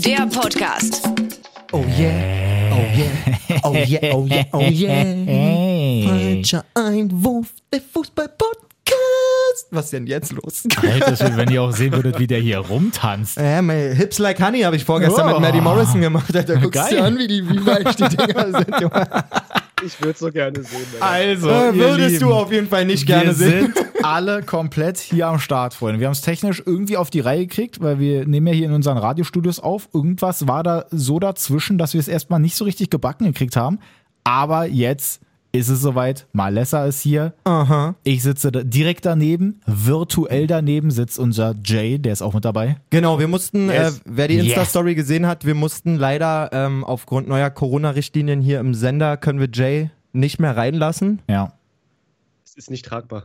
der Podcast. Oh yeah, oh yeah, oh yeah, oh yeah, oh yeah. Falscher Einwurf, der Fußball-Podcast. Was ist denn jetzt los? Alter, wenn ihr auch sehen würdet, wie der hier rumtanzt. Ja, Hips Like Honey habe ich vorgestern mit Maddie Morrison gemacht. Da guckst du an, wie weich die Dinger sind, Junge. Ich würde es so gerne sehen. Also, würdest du auf jeden Fall nicht gerne sehen. Wir sind alle komplett hier am Start, Freunde. Wir haben es technisch irgendwie auf die Reihe gekriegt, weil wir nehmen ja hier in unseren Radiostudios auf. Irgendwas war da so dazwischen, dass wir es erstmal nicht so richtig gebacken gekriegt haben. Aber jetzt ist es soweit. Malessa ist hier. Aha. Ich sitze direkt daneben. Virtuell daneben sitzt unser Jay, der ist auch mit dabei. Genau, wir mussten, wer die Insta-Story gesehen hat, wir mussten leider aufgrund neuer Corona-Richtlinien hier im Sender, können wir Jay nicht mehr reinlassen. Ja. Es ist nicht tragbar.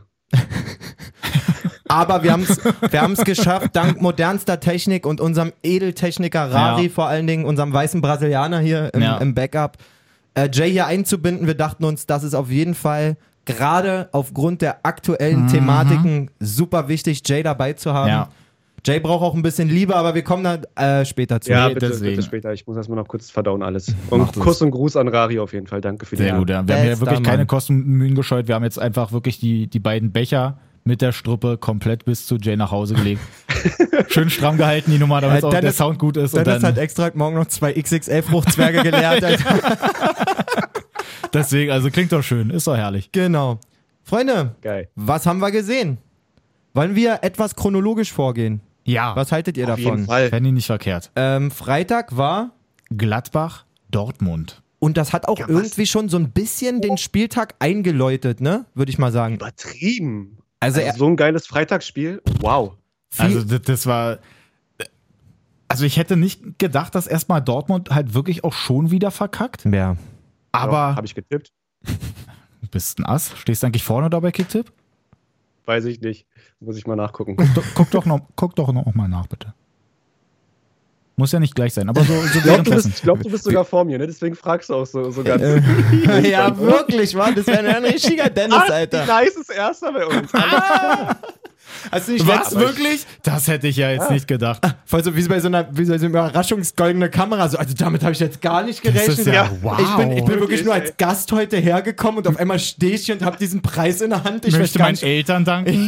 Aber wir haben's geschafft, dank modernster Technik und unserem Edeltechniker Rari, vor allen Dingen, unserem weißen Brasilianer hier im Backup, Jay hier einzubinden. Wir dachten uns, das ist auf jeden Fall gerade aufgrund der aktuellen Thematiken super wichtig, Jay dabei zu haben. Ja. Jay braucht auch ein bisschen Liebe, aber wir kommen da später zu. Ja, bitte später. Ich muss erstmal noch kurz verdauen alles. Und Kuss und Gruß an Rari auf jeden Fall. Danke für die. Sehr gut, ja. Wir haben ja wirklich keine Kosten und Mühen gescheut. Wir haben jetzt einfach wirklich die beiden Becher mit der Struppe komplett bis zu Jay nach Hause gelegt. Schön stramm gehalten, die Nummer, damit auch der Sound gut ist. Dennis hat extra morgen noch 2 XXL-Fruchtzwerge geleert. Deswegen, also klingt doch schön, ist doch herrlich. Genau. Freunde, geil. Was haben wir gesehen? Wollen wir etwas chronologisch vorgehen? Ja. Was haltet ihr davon? Auf jeden Fall. Fände ich nicht verkehrt. Freitag war Gladbach, Dortmund. Und das hat auch irgendwie schon so ein bisschen den Spieltag eingeläutet, ne? Würde ich mal sagen. Übertrieben. Also so ein geiles Freitagsspiel. Wow. Also das war... Also ich hätte nicht gedacht, dass erstmal Dortmund halt wirklich auch schon wieder verkackt. Ja. Aber... Ja, habe ich getippt. Du bist ein Ass. Stehst du eigentlich vorne da bei Kicktipp? Weiß ich nicht. Muss ich mal nachgucken. Guck doch noch mal nach, bitte. Muss ja nicht gleich sein, aber so ich glaube, du bist sogar vor mir, ne? Deswegen fragst du auch so ganz. Ja, wirklich, Mann. Das wäre ein richtiger Dennis, Alter. Nice ist Erster bei uns. Hast du nicht was, wirklich? Das hätte ich ja jetzt nicht gedacht. Voll so wie bei so einer überraschungsgoldene Kamera. Also damit habe ich jetzt gar nicht gerechnet. Das ist ja, wow. Ich bin wirklich nur als Gast heute hergekommen und auf einmal stehe ich hier und habe diesen Preis in der Hand. Ich möchte meinen Eltern danken.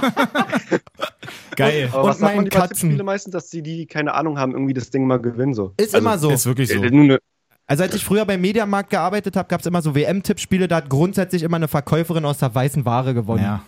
Geil. Aber was und meinen Katzen. Spiele meistens, dass die keine Ahnung haben, irgendwie das Ding mal gewinnen. So. Ist immer so. Ist wirklich so. Also als ich früher beim Mediamarkt gearbeitet habe, gab es immer so WM-Tippspiele, da hat grundsätzlich immer eine Verkäuferin aus der weißen Ware gewonnen. Ja.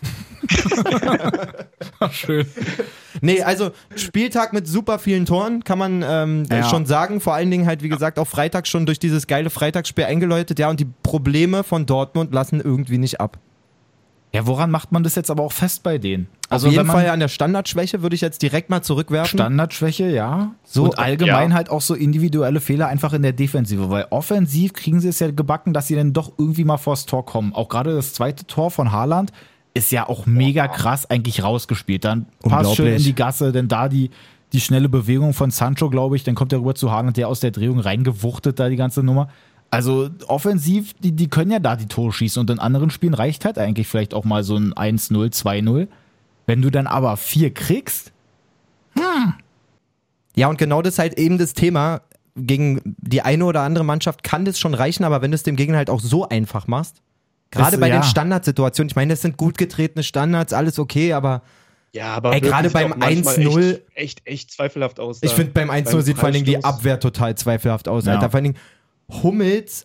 Ach, schön. Nee, also Spieltag mit super vielen Toren, kann man schon sagen. Vor allen Dingen halt, wie gesagt, auch Freitag schon durch dieses geile Freitagsspiel eingeläutet. Ja, und die Probleme von Dortmund lassen irgendwie nicht ab. Ja, woran macht man das jetzt aber auch fest bei denen? Also auf jeden Fall an der Standardschwäche würde ich jetzt direkt mal zurückwerfen. Standardschwäche, ja. So, und allgemein halt auch so individuelle Fehler einfach in der Defensive, weil offensiv kriegen sie es ja gebacken, dass sie dann doch irgendwie mal vors Tor kommen. Auch gerade das zweite Tor von Haaland ist ja auch mega krass eigentlich rausgespielt. Dann passt schön in die Gasse, denn da die schnelle Bewegung von Sancho, glaube ich, dann kommt er rüber zu Haaland, der aus der Drehung reingewuchtet da die ganze Nummer. Also offensiv, die können ja da die Tore schießen und in anderen Spielen reicht halt eigentlich vielleicht auch mal so ein 1-0, 2-0. Wenn du dann aber 4 kriegst, Ja, und genau das ist halt eben das Thema. Gegen die eine oder andere Mannschaft kann das schon reichen, aber wenn du es dem Gegner halt auch so einfach machst, gerade bei den Standardsituationen, ich meine, das sind gut getretene Standards, alles okay, aber ja, aber gerade beim 1-0 echt zweifelhaft aus. Ich finde, beim 1-0 sieht vor allen Dingen die Abwehr total zweifelhaft aus, Alter. Vor allen Dingen Hummels,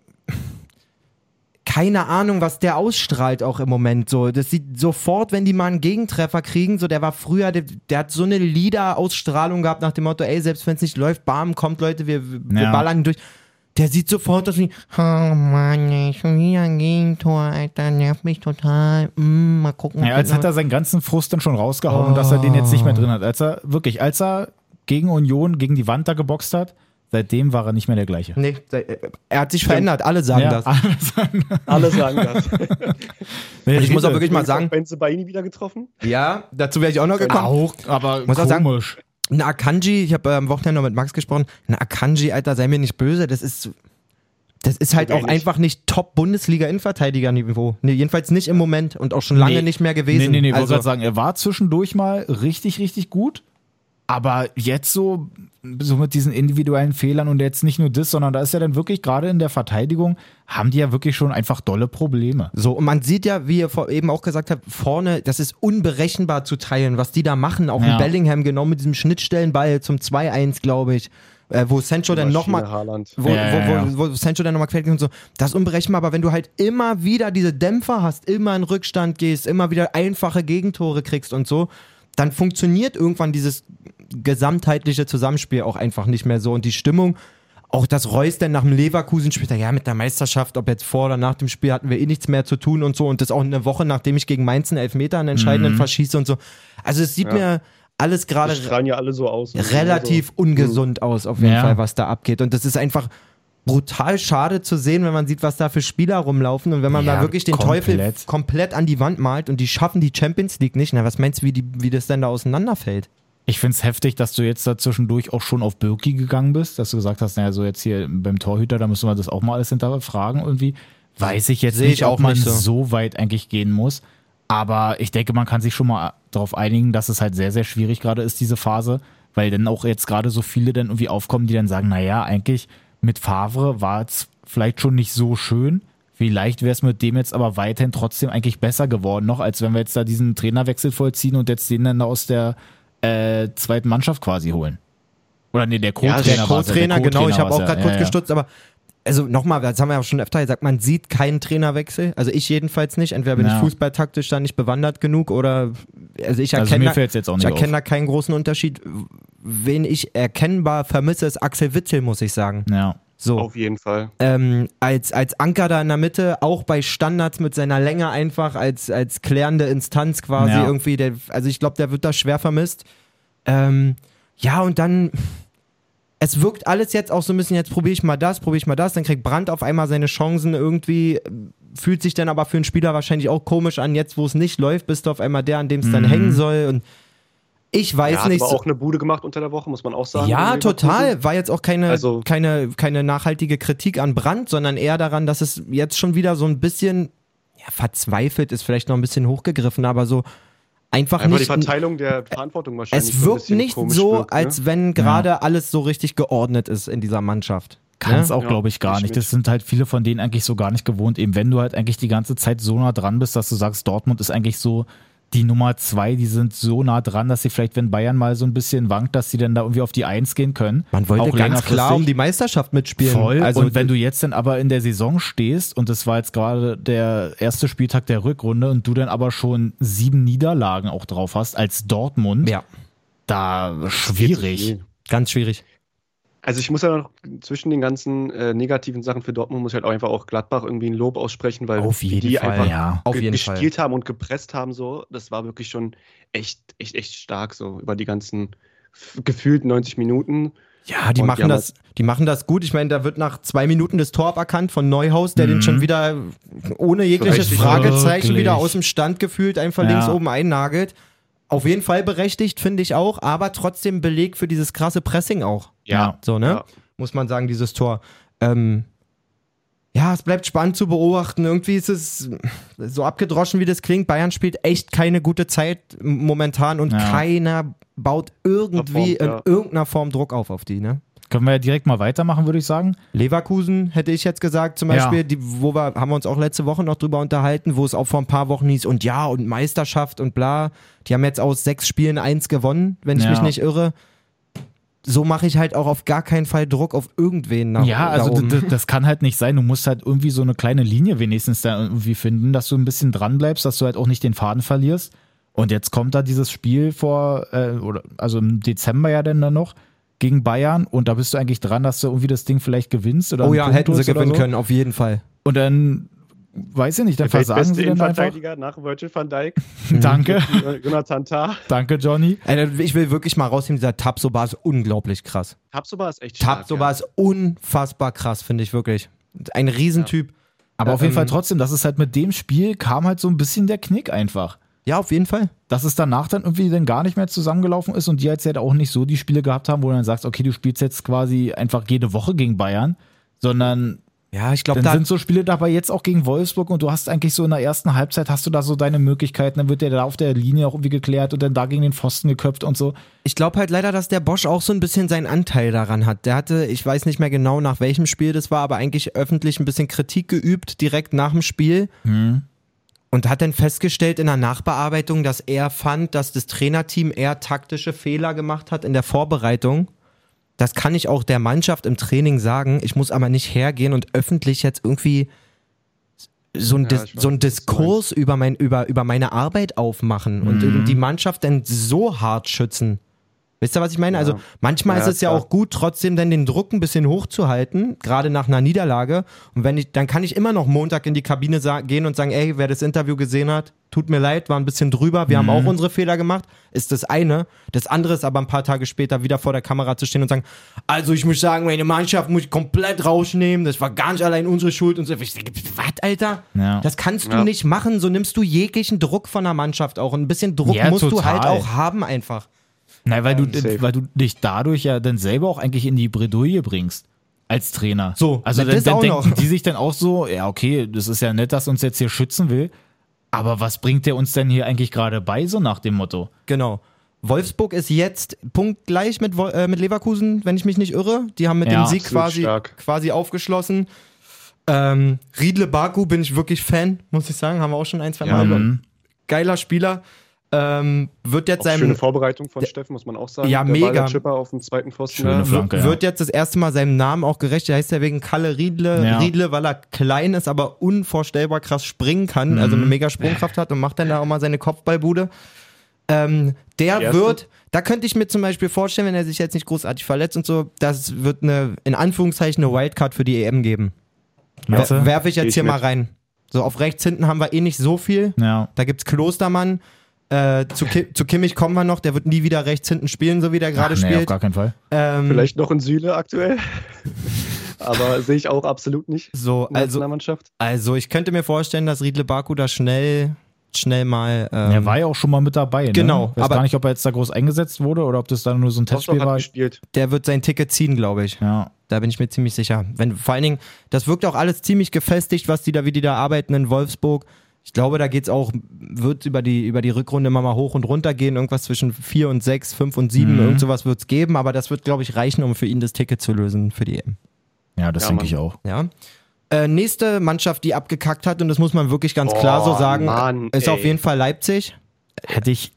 keine Ahnung, was der ausstrahlt auch im Moment. So, das sieht sofort, wenn die mal einen Gegentreffer kriegen, so, der war früher, der hat so eine Leader-Ausstrahlung gehabt nach dem Motto, ey, selbst wenn es nicht läuft, bam, kommt Leute, wir ballern ihn durch. Der sieht sofort aus wie, oh Mann, schon wieder ein Gegentor, Alter, nervt mich total. Mal gucken. Ja, als hätte er seinen ganzen Frust dann schon rausgehauen, dass er den jetzt nicht mehr drin hat. Als er gegen Union, gegen die Wand da geboxt hat, seitdem war er nicht mehr der gleiche. Nee, er hat sich verändert, alle sagen das. Alle sagen das. Ich muss auch wirklich mal sagen. Bensebaini wieder getroffen? Ja, dazu wäre ich auch noch gekommen. Auch, aber muss auch komisch. Sagen, ein Akanji, ich habe am Wochenende noch mit Max gesprochen, ein Akanji, Alter, sei mir nicht böse, das ist halt auch einfach nicht Top-Bundesliga-Innenverteidiger-Niveau. Nee, jedenfalls nicht im Moment und auch schon lange nicht mehr gewesen. Nee, ich wollte gerade sagen, er war zwischendurch mal richtig, richtig gut. Aber jetzt so mit diesen individuellen Fehlern und jetzt nicht nur das, sondern da ist ja dann wirklich gerade in der Verteidigung, haben die ja wirklich schon einfach dolle Probleme. So, und man sieht ja, wie ihr eben auch gesagt habt, vorne, das ist unberechenbar zu teilen, was die da machen. Auch in Bellingham, genau mit diesem Schnittstellenball zum 2-1, glaube ich. Wo Sancho dann nochmal wo Sancho dann nochmal quält und so, das ist unberechenbar, aber wenn du halt immer wieder diese Dämpfer hast, immer in Rückstand gehst, immer wieder einfache Gegentore kriegst und so, dann funktioniert irgendwann dieses gesamtheitliche Zusammenspiel auch einfach nicht mehr so und die Stimmung, auch dass Reus dann nach dem Leverkusen-Spiel, ja mit der Meisterschaft, ob jetzt vor oder nach dem Spiel hatten wir eh nichts mehr zu tun und so und das auch eine Woche, nachdem ich gegen Mainz einen Elfmeter einen entscheidenden verschieße und so, also es sieht mir alles gerade ja alle so aus, relativ ungesund aus, auf jeden Fall, was da abgeht. Und das ist einfach brutal schade zu sehen, wenn man sieht, was da für Spieler rumlaufen und wenn man da wirklich den Teufel komplett an die Wand malt und die schaffen die Champions League nicht. Na, was meinst du, wie das denn da auseinanderfällt? Ich finde es heftig, dass du jetzt da zwischendurch auch schon auf Birki gegangen bist, dass du gesagt hast, naja, so jetzt hier beim Torhüter, da müssen wir das auch mal alles hinterfragen irgendwie. Weiß ich jetzt nicht, ob man so weit eigentlich gehen muss. Aber ich denke, man kann sich schon mal darauf einigen, dass es halt sehr, sehr schwierig gerade ist, diese Phase, weil dann auch jetzt gerade so viele dann irgendwie aufkommen, die dann sagen, naja, eigentlich mit Favre war es vielleicht schon nicht so schön, vielleicht wäre es mit dem jetzt aber weiterhin trotzdem eigentlich besser geworden noch, als wenn wir jetzt da diesen Trainerwechsel vollziehen und jetzt den dann aus der zweiten Mannschaft quasi holen. Oder nee, der Co-Trainer. Ja, der Co-Trainer, genau, ich habe auch gerade kurz gestutzt, aber also nochmal, das haben wir ja schon öfter gesagt, man sieht keinen Trainerwechsel, also ich jedenfalls nicht, entweder bin ich fußballtaktisch da nicht bewandert genug oder also ich erkenne da keinen großen Unterschied. Wen ich erkennbar vermisse, ist Axel Witsel, muss ich sagen. Ja. So. Auf jeden Fall. Als Anker da in der Mitte, auch bei Standards mit seiner Länge einfach, als klärende Instanz quasi irgendwie, also ich glaube, der wird da schwer vermisst. Und dann es wirkt alles jetzt auch so ein bisschen, jetzt probiere ich mal das, dann kriegt Brandt auf einmal seine Chancen irgendwie, fühlt sich dann aber für einen Spieler wahrscheinlich auch komisch an, jetzt wo es nicht läuft, bist du auf einmal der, an dem es dann hängen soll und ich weiß nicht. Er hat aber auch eine Bude gemacht unter der Woche, muss man auch sagen. Ja, total. War jetzt auch keine nachhaltige Kritik an Brandt, sondern eher daran, dass es jetzt schon wieder so ein bisschen, verzweifelt ist vielleicht noch ein bisschen hochgegriffen, aber so einfach nicht. Die Verteilung der Verantwortung wahrscheinlich. Es wirkt nicht so, als wenn gerade alles so richtig geordnet ist in dieser Mannschaft. Kann es auch, glaube ich, gar nicht. Das sind halt viele von denen eigentlich so gar nicht gewohnt. Eben wenn du halt eigentlich die ganze Zeit so nah dran bist, dass du sagst, Dortmund ist eigentlich so die Nummer 2, die sind so nah dran, dass sie vielleicht, wenn Bayern mal so ein bisschen wankt, dass sie dann da irgendwie auf die 1 gehen können. Man wollte auch ganz klar um die Meisterschaft mitspielen. Voll. Also, und wenn du jetzt dann aber in der Saison stehst und das war jetzt gerade der erste Spieltag der Rückrunde und du dann aber schon 7 Niederlagen auch drauf hast als Dortmund, da schwierig. Ganz schwierig. Also ich muss ja noch zwischen den ganzen negativen Sachen für Dortmund muss ich halt auch einfach auch Gladbach irgendwie ein Lob aussprechen, weil die einfach gespielt haben und gepresst haben so. Das war wirklich schon echt stark so über die ganzen gefühlt 90 Minuten. Ja, die machen das gut. Ich meine, da wird nach 2 Minuten das Tor aberkannt von Neuhaus, der den schon wieder ohne jegliches Fragezeichen wieder aus dem Stand gefühlt einfach links oben einnagelt. Auf jeden Fall berechtigt, finde ich auch, aber trotzdem Beleg für dieses krasse Pressing auch. Ja. So, ne? Ja. Muss man sagen, dieses Tor. Es bleibt spannend zu beobachten. Irgendwie ist es so abgedroschen, wie das klingt. Bayern spielt echt keine gute Zeit momentan und keiner baut irgendwie in irgendeiner Form Druck auf die, ne? Können wir ja direkt mal weitermachen, würde ich sagen. Leverkusen, hätte ich jetzt gesagt, zum Beispiel, haben wir uns auch letzte Woche noch drüber unterhalten, wo es auch vor ein paar Wochen hieß und Meisterschaft und bla. Die haben jetzt aus 6 Spielen 1 gewonnen, wenn ich mich nicht irre. So mache ich halt auch auf gar keinen Fall Druck auf irgendwen nach oben. Das kann halt nicht sein. Du musst halt irgendwie so eine kleine Linie wenigstens da irgendwie finden, dass du ein bisschen dran bleibst, dass du halt auch nicht den Faden verlierst. Und jetzt kommt da dieses Spiel also im Dezember ja dann noch, gegen Bayern und da bist du eigentlich dran, dass du irgendwie das Ding vielleicht gewinnst oder hätten sie gewinnen können, auf jeden Fall. Und dann, weiß ich nicht, dann versagen sie dann einfach. Nach Virgil van Dijk. Danke. Jonathan Tah. Danke, Johnny. Ich will wirklich mal rausheben, dieser Tabsoba ist unglaublich krass. Tabsoba ist echt stark. Tabsoba ist unfassbar krass, finde ich wirklich. Ein Riesentyp. Aber auf jeden Fall trotzdem, das ist halt mit dem Spiel kam halt so ein bisschen der Knick einfach. Ja, auf jeden Fall. Dass es danach dann irgendwie dann gar nicht mehr zusammengelaufen ist und die jetzt halt auch nicht so die Spiele gehabt haben, wo du dann sagst, okay, du spielst jetzt quasi einfach jede Woche gegen Bayern, sondern Ja, ich glaube, dann sind so Spiele dabei jetzt auch gegen Wolfsburg und du hast eigentlich so in der ersten Halbzeit hast du da so deine Möglichkeiten, dann wird der da auf der Linie auch irgendwie geklärt und dann da gegen den Pfosten geköpft und so. Ich glaube halt leider, dass der Bosch auch so ein bisschen seinen Anteil daran hat. Der hatte, ich weiß nicht mehr genau nach welchem Spiel das war, aber eigentlich öffentlich ein bisschen Kritik geübt, direkt nach dem Spiel. Und hat dann festgestellt in der Nachbearbeitung, dass er fand, dass das Trainerteam eher taktische Fehler gemacht hat in der Vorbereitung. Das kann ich auch der Mannschaft im Training sagen. Ich muss aber nicht hergehen und öffentlich jetzt irgendwie so ein Diskurs über meine Arbeit aufmachen und die Mannschaft dann so hart schützen. Wisst ihr, was ich meine? Also manchmal ist es ja auch gut, trotzdem dann den Druck ein bisschen hochzuhalten, gerade nach einer Niederlage. Und dann kann ich immer noch Montag in die Kabine gehen und sagen, ey, wer das Interview gesehen hat, tut mir leid, war ein bisschen drüber, wir haben auch unsere Fehler gemacht, ist das eine. Das andere ist aber ein paar Tage später wieder vor der Kamera zu stehen und sagen, also ich muss sagen, meine Mannschaft muss ich komplett rausnehmen, das war gar nicht allein unsere Schuld und so. Ich denke, was, Alter? Ja. Das kannst du nicht machen, so nimmst du jeglichen Druck von der Mannschaft auch. Und ein bisschen Druck musst du halt auch haben einfach. Nein, weil du dich dadurch ja dann selber auch eigentlich in die Bredouille bringst. Als Trainer. So, also dann denken die sich dann auch so, ja okay, das ist ja nett, dass uns jetzt hier schützen will, aber was bringt der uns denn hier eigentlich gerade bei, so nach dem Motto? Genau. Wolfsburg ist jetzt punktgleich mit Leverkusen, wenn ich mich nicht irre. Die haben mit dem Sieg quasi aufgeschlossen. Riedle Baku bin ich wirklich Fan, muss ich sagen. Haben wir auch schon ein, zwei Mal. Geiler Spieler. Wird jetzt schöne Vorbereitung von Steffen, muss man auch sagen. Ja, mega. Der Chipper auf dem zweiten Pfosten. Schöne Flanke, wird jetzt das erste Mal seinem Namen auch gerecht. Der heißt ja wegen Kalle Riedle. Ja. Riedle, weil er klein ist, aber unvorstellbar krass springen kann. Also eine mega Sprungkraft hat und macht dann da auch mal seine Kopfballbude. Da könnte ich mir zum Beispiel vorstellen, wenn er sich jetzt nicht großartig verletzt und so, das wird in Anführungszeichen eine Wildcard für die EM geben. Werfe ich jetzt hier mal rein. So, auf rechts hinten haben wir nicht so viel. Ja. Da gibt's Klostermann. Zu Kimmich kommen wir noch, der wird nie wieder rechts hinten spielen, so wie der gerade spielt. Auf gar keinen Fall. Vielleicht noch in Süle aktuell. Aber sehe ich auch absolut nicht. So, also ich könnte mir vorstellen, dass Riedle Baku da schnell mal. Er war ja auch schon mal mit dabei. Ne? Genau. Ich weiß gar nicht, ob er jetzt da groß eingesetzt wurde oder ob das dann nur so ein Testspiel war. Der wird sein Ticket ziehen, glaube ich. Ja. Da bin ich mir ziemlich sicher. Vor allen Dingen, das wirkt auch alles ziemlich gefestigt, wie die da arbeiten in Wolfsburg. Ich glaube, da wird über die Rückrunde immer mal hoch und runter gehen, irgendwas zwischen 4 und 6, 5 und 7, irgend sowas wird es geben, aber das wird, glaube ich, reichen, um für ihn das Ticket zu lösen für die EM. Ja, das denke ich auch. Ja. Nächste Mannschaft, die abgekackt hat, und das muss man wirklich ganz klar so sagen, ist auf jeden Fall Leipzig. Hätte ich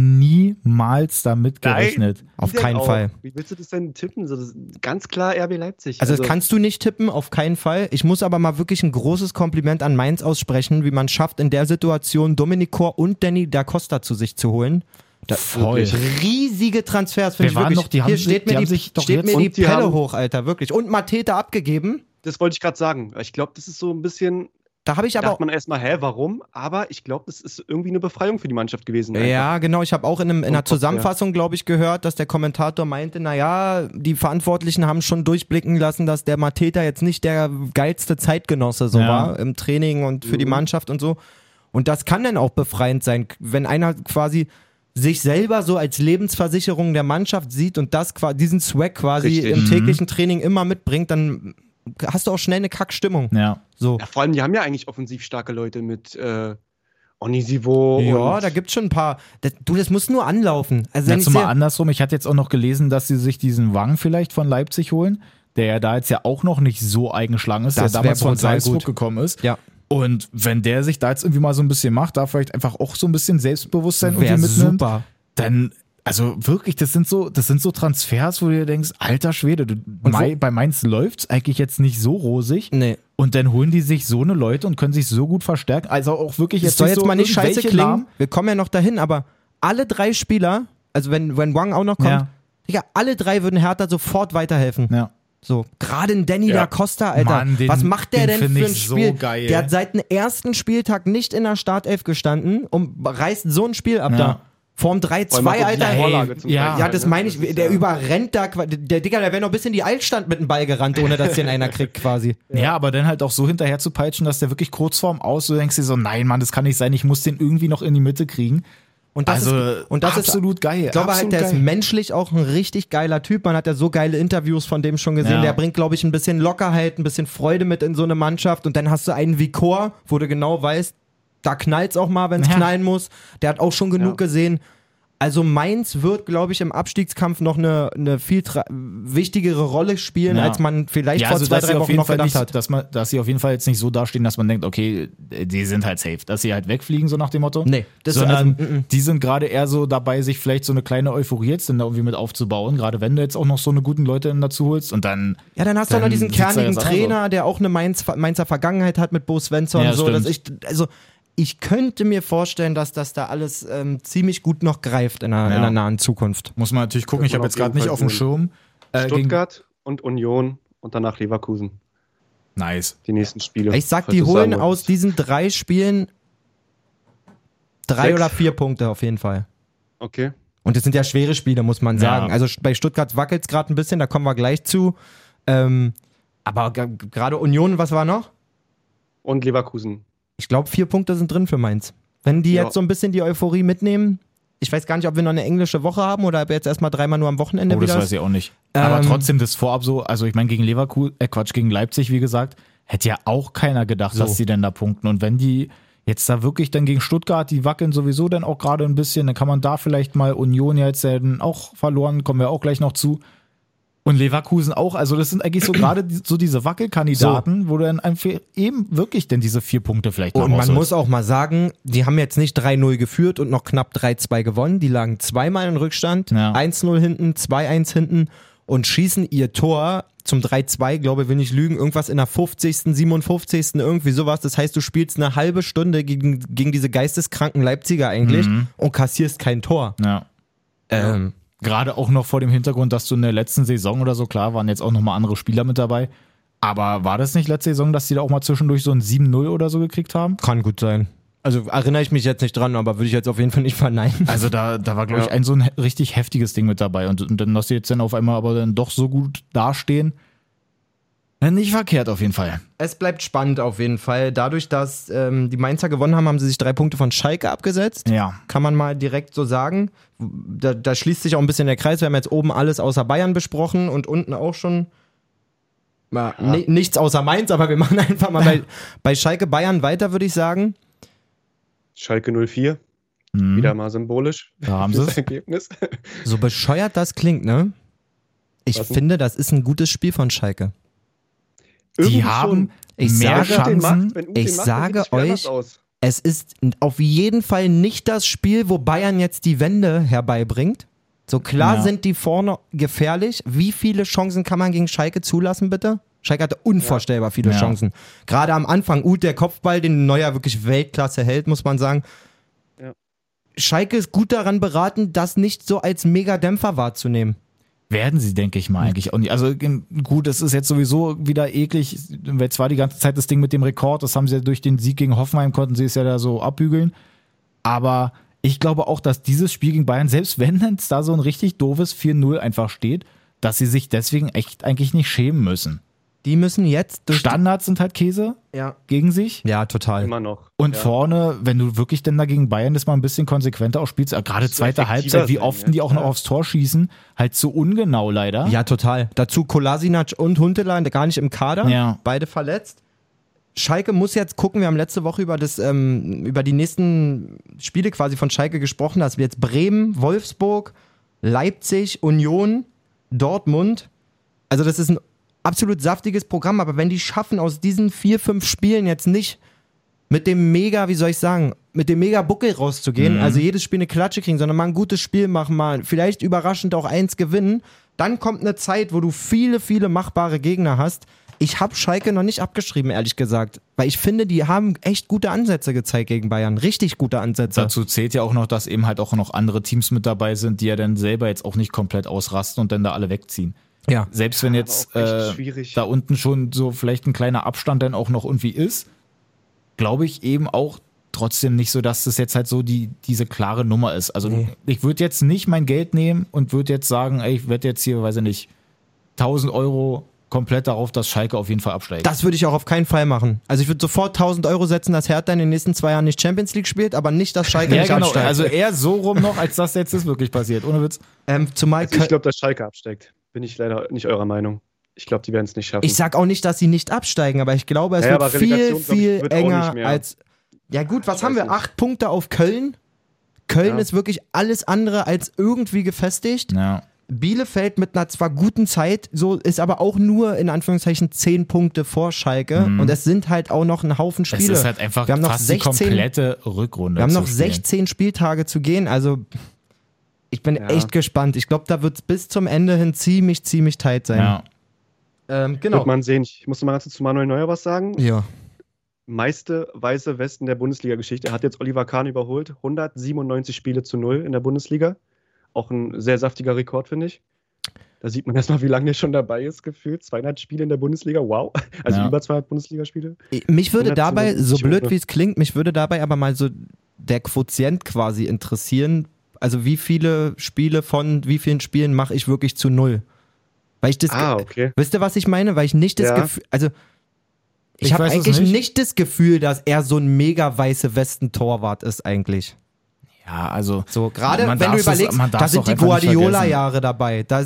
niemals damit gerechnet. Nein, auf keinen Fall. Wie willst du das denn tippen? So, das ist ganz klar RB Leipzig. Also das kannst du nicht tippen, auf keinen Fall. Ich muss aber mal wirklich ein großes Kompliment an Mainz aussprechen, wie man schafft, in der Situation Dominic Kor und Danny da Costa zu sich zu holen. Voll. Riesige Transfers, finde ich wirklich. Hier steht mir die Pelle hoch, Alter, wirklich. Und Mateta abgegeben. Das wollte ich gerade sagen. Ich glaube, das ist so ein bisschen... Da dachte man erstmal, warum? Aber ich glaube, das ist irgendwie eine Befreiung für die Mannschaft gewesen. Einfach. Ja, genau. Ich habe auch in einer Zusammenfassung, glaube ich, gehört, dass der Kommentator meinte, die Verantwortlichen haben schon durchblicken lassen, dass der Mateta jetzt nicht der geilste Zeitgenosse war im Training und für die Mannschaft und so. Und das kann dann auch befreiend sein, wenn einer quasi sich selber so als Lebensversicherung der Mannschaft sieht und diesen Swag quasi im täglichen Training immer mitbringt, dann hast du auch schnell eine Kackstimmung. Ja. So. Ja, vor allem, die haben ja eigentlich offensiv starke Leute mit Onisivo. Ja, da gibt's schon ein paar. Das muss nur anlaufen. Also jetzt mal andersrum, ich hatte jetzt auch noch gelesen, dass sie sich diesen Wang vielleicht von Leipzig holen, der ja da jetzt ja auch noch nicht so eingeschlagen ist, der damals von Salzburg gekommen ist. Ja. Und wenn der sich da jetzt irgendwie mal so ein bisschen macht, da vielleicht einfach auch so ein bisschen Selbstbewusstsein irgendwie mitnimmt, super. Dann, also wirklich, das sind so Transfers, wo du dir denkst, alter Schwede, bei Mainz läuft's eigentlich jetzt nicht so rosig. Nee. Und dann holen die sich so eine Leute und können sich so gut verstärken. Also auch wirklich jetzt soll jetzt mal nicht scheiße klingen. Wir kommen ja noch dahin, aber alle 3 Spieler, also wenn Wang auch noch kommt, Digga, alle 3 würden Hertha sofort weiterhelfen. Ja. So, gerade ein Danny da Costa, Alter. Mann, was macht der denn für ein Spiel? So geil. Der hat seit dem ersten Spieltag nicht in der Startelf gestanden und reißt so ein Spiel ab da. Vorm 3-2, Alter. Ja, das meine ich. Der überrennt da. Der Digga, der wäre noch bis in die Altstadt mit dem Ball gerannt, ohne dass den einer kriegt quasi. Ja, aber dann halt auch so hinterher zu peitschen, dass der wirklich kurz vorm Aus, du denkst dir so, nein, Mann, das kann nicht sein, ich muss den irgendwie noch in die Mitte kriegen. Und das ist absolut geil. Ich glaube halt, der ist menschlich auch ein richtig geiler Typ. Man hat ja so geile Interviews von dem schon gesehen. Ja. Der bringt, glaube ich, ein bisschen Lockerheit, ein bisschen Freude mit in so eine Mannschaft. Und dann hast du einen wie Chor, wo du genau weißt, da knallt's auch mal, wenn es knallen muss. Der hat auch schon genug gesehen. Also Mainz wird, glaube ich, im Abstiegskampf noch eine viel wichtigere Rolle spielen, als man vielleicht vor 2-3 Wochen noch gedacht hat. Dass sie auf jeden Fall jetzt nicht so dastehen, dass man denkt, okay, die sind halt safe, dass sie halt wegfliegen, so nach dem Motto. Nee. Die sind gerade eher so dabei, sich vielleicht so eine kleine Euphorie jetzt dann da irgendwie mit aufzubauen, gerade wenn du jetzt auch noch so eine guten Leute dazu holst und dann... Ja, dann hast du auch noch diesen kernigen Trainer, der auch eine Mainzer Vergangenheit hat mit Bo Svensson. Ja, so, ich könnte mir vorstellen, dass das da alles ziemlich gut noch greift in der nahen Zukunft. Muss man natürlich gucken, ich habe jetzt gerade nicht auf dem Schirm. Stuttgart und Union und danach Leverkusen. Nice. Die nächsten Spiele. Ich sag, die holen aus diesen 3 Spielen 3 oder 4 Punkte auf jeden Fall. Okay. Und das sind ja schwere Spiele, muss man sagen. Also bei Stuttgart wackelt es gerade ein bisschen, da kommen wir gleich zu. Aber gerade Union, was war noch? Und Leverkusen. Ich glaube, 4 Punkte sind drin für Mainz. Wenn die jetzt so ein bisschen die Euphorie mitnehmen, ich weiß gar nicht, ob wir noch eine englische Woche haben oder ob wir jetzt erstmal 3-mal nur am Wochenende wieder. Das weiß ich auch nicht. Aber trotzdem das vorab so, also ich meine gegen gegen Leipzig, wie gesagt, hätte ja auch keiner gedacht, dass die denn da punkten. Und wenn die jetzt da wirklich dann gegen Stuttgart, die wackeln sowieso dann auch gerade ein bisschen, dann kann man da vielleicht mal Union jetzt dann auch verloren, kommen wir auch gleich noch zu. Und Leverkusen auch, also das sind eigentlich so gerade so diese Wackelkandidaten, wo du dann einfach eben wirklich denn diese 4 Punkte vielleicht noch Und man muss auch mal sagen, die haben jetzt nicht 3-0 geführt und noch knapp 3-2 gewonnen, die lagen 2-mal in Rückstand, 1-0 hinten, 2-1 hinten und schießen ihr Tor zum 3-2, glaube ich, will nicht lügen, irgendwas in der 50., 57., irgendwie sowas. Das heißt, du spielst eine halbe Stunde gegen diese geisteskranken Leipziger eigentlich und kassierst kein Tor. Ja. Gerade auch noch vor dem Hintergrund, dass du in der letzten Saison oder so, klar, waren jetzt auch nochmal andere Spieler mit dabei. Aber war das nicht letzte Saison, dass die da auch mal zwischendurch so ein 7-0 oder so gekriegt haben? Kann gut sein. Also erinnere ich mich jetzt nicht dran, aber würde ich jetzt auf jeden Fall nicht verneinen. Also da war, glaube ich, so ein richtig heftiges Ding mit dabei. Und dann, dass die jetzt dann auf einmal aber dann doch so gut dastehen, nicht verkehrt auf jeden Fall. Es bleibt spannend auf jeden Fall. Dadurch, dass die Mainzer gewonnen haben, haben sie sich 3 Punkte von Schalke abgesetzt. Ja. Kann man mal direkt so sagen. Da schließt sich auch ein bisschen der Kreis. Wir haben jetzt oben alles außer Bayern besprochen und unten auch schon nichts außer Mainz, aber wir machen einfach mal bei Schalke Bayern weiter, würde ich sagen. Schalke 04. Wieder mal symbolisch. Da haben sie das Ergebnis. So bescheuert das klingt, ne? Ich finde, das ist ein gutes Spiel von Schalke. Die haben mehr Chancen. Ich sage euch, es ist auf jeden Fall nicht das Spiel, wo Bayern jetzt die Wende herbeibringt. So klar sind die vorne gefährlich. Wie viele Chancen kann man gegen Schalke zulassen, bitte? Schalke hatte unvorstellbar viele Chancen. Gerade am Anfang, der Kopfball, den Neuer wirklich Weltklasse hält, muss man sagen. Ja. Schalke ist gut daran beraten, das nicht so als Mega-Dämpfer wahrzunehmen. Werden sie, denke ich mal, eigentlich. Und also gut, es ist jetzt sowieso wieder eklig, weil zwar die ganze Zeit das Ding mit dem Rekord, das haben sie ja durch den Sieg gegen Hoffenheim, konnten sie es ja da so abbügeln. Aber ich glaube auch, dass dieses Spiel gegen Bayern, selbst wenn es da so ein richtig doofes 4-0 einfach steht, dass sie sich deswegen echt eigentlich nicht schämen müssen. Die müssen jetzt durch Standards sind halt Käse gegen sich. Ja, total. Immer noch. Und vorne, wenn du wirklich denn da gegen Bayern das mal ein bisschen konsequenter auch spielst, gerade zweite Halbzeit, wie oft die auch noch aufs Tor schießen, halt so ungenau leider. Ja, total. Dazu Kolasinac und Huntelaar gar nicht im Kader, beide verletzt. Schalke muss jetzt gucken, wir haben letzte Woche über die nächsten Spiele quasi von Schalke gesprochen, dass wir jetzt Bremen, Wolfsburg, Leipzig, Union, Dortmund, also das ist ein absolut saftiges Programm, aber wenn die schaffen, aus diesen 4-5 Spielen jetzt nicht mit dem Mega, wie soll ich sagen, mit dem Mega-Buckel rauszugehen, also jedes Spiel eine Klatsche kriegen, sondern mal ein gutes Spiel machen, mal vielleicht überraschend auch 1 gewinnen, dann kommt eine Zeit, wo du viele, viele machbare Gegner hast. Ich habe Schalke noch nicht abgeschrieben, ehrlich gesagt, weil ich finde, die haben echt gute Ansätze gezeigt gegen Bayern, richtig gute Ansätze. Dazu zählt ja auch noch, dass eben halt auch noch andere Teams mit dabei sind, die ja dann selber jetzt auch nicht komplett ausrasten und dann da alle wegziehen. Ja. Selbst wenn jetzt da unten schon so vielleicht ein kleiner Abstand dann auch noch irgendwie ist, glaube ich eben auch trotzdem nicht so, dass das jetzt halt so diese klare Nummer ist. Also ich würde jetzt nicht mein Geld nehmen und würde jetzt sagen, ey, ich werde jetzt hier, weiß ich nicht, 1.000 Euro komplett darauf, dass Schalke auf jeden Fall absteigt. Das würde ich auch auf keinen Fall machen. Also ich würde sofort 1.000 € setzen, dass Hertha in den nächsten 2 Jahren nicht Champions League spielt, aber nicht, dass Schalke nicht absteigt. Also eher so rum noch, als dass jetzt das wirklich passiert. Ohne Witz. Zumal ich glaube, dass Schalke absteigt. Bin ich leider nicht eurer Meinung. Ich glaube, die werden es nicht schaffen. Ich sag auch nicht, dass sie nicht absteigen, aber ich glaube, es wird viel enger als... Ja gut, was haben wir? 8 Punkte auf Köln? Köln ist wirklich alles andere als irgendwie gefestigt. Ja. Bielefeld mit einer zwar guten Zeit, so ist aber auch nur in Anführungszeichen 10 Punkte vor Schalke und es sind halt auch noch ein Haufen Spiele. Es ist halt einfach fast die komplette Rückrunde. Wir haben noch 16 Spieltage zu gehen, also ich bin echt gespannt. Ich glaube, da wird es bis zum Ende hin ziemlich tight sein. Ja. Genau. Wird man sehen. Ich muss mal ganz kurz zu Manuel Neuer was sagen. Ja. Meiste weiße Westen der Bundesliga-Geschichte. Er hat jetzt Oliver Kahn überholt. 197 Spiele zu 0 in der Bundesliga. Auch ein sehr saftiger Rekord, finde ich. Da sieht man erstmal, wie lange der schon dabei ist, gefühlt. 200 Spiele in der Bundesliga, wow. Also über 200 Bundesligaspiele. Mich würde dabei, so blöd wie es klingt, mich würde dabei aber mal so der Quotient quasi interessieren. Also wie viele Spiele von wie vielen Spielen mache ich wirklich zu 0? Weil ich das, okay. Wisst ihr, was ich meine? Weil ich nicht das Gefühl, also ich habe eigentlich nicht das Gefühl, dass er so ein mega weiße Westen-Torwart ist eigentlich. Ja, also so gerade wenn du überlegst, da sind die Guardiola-Jahre dabei. Da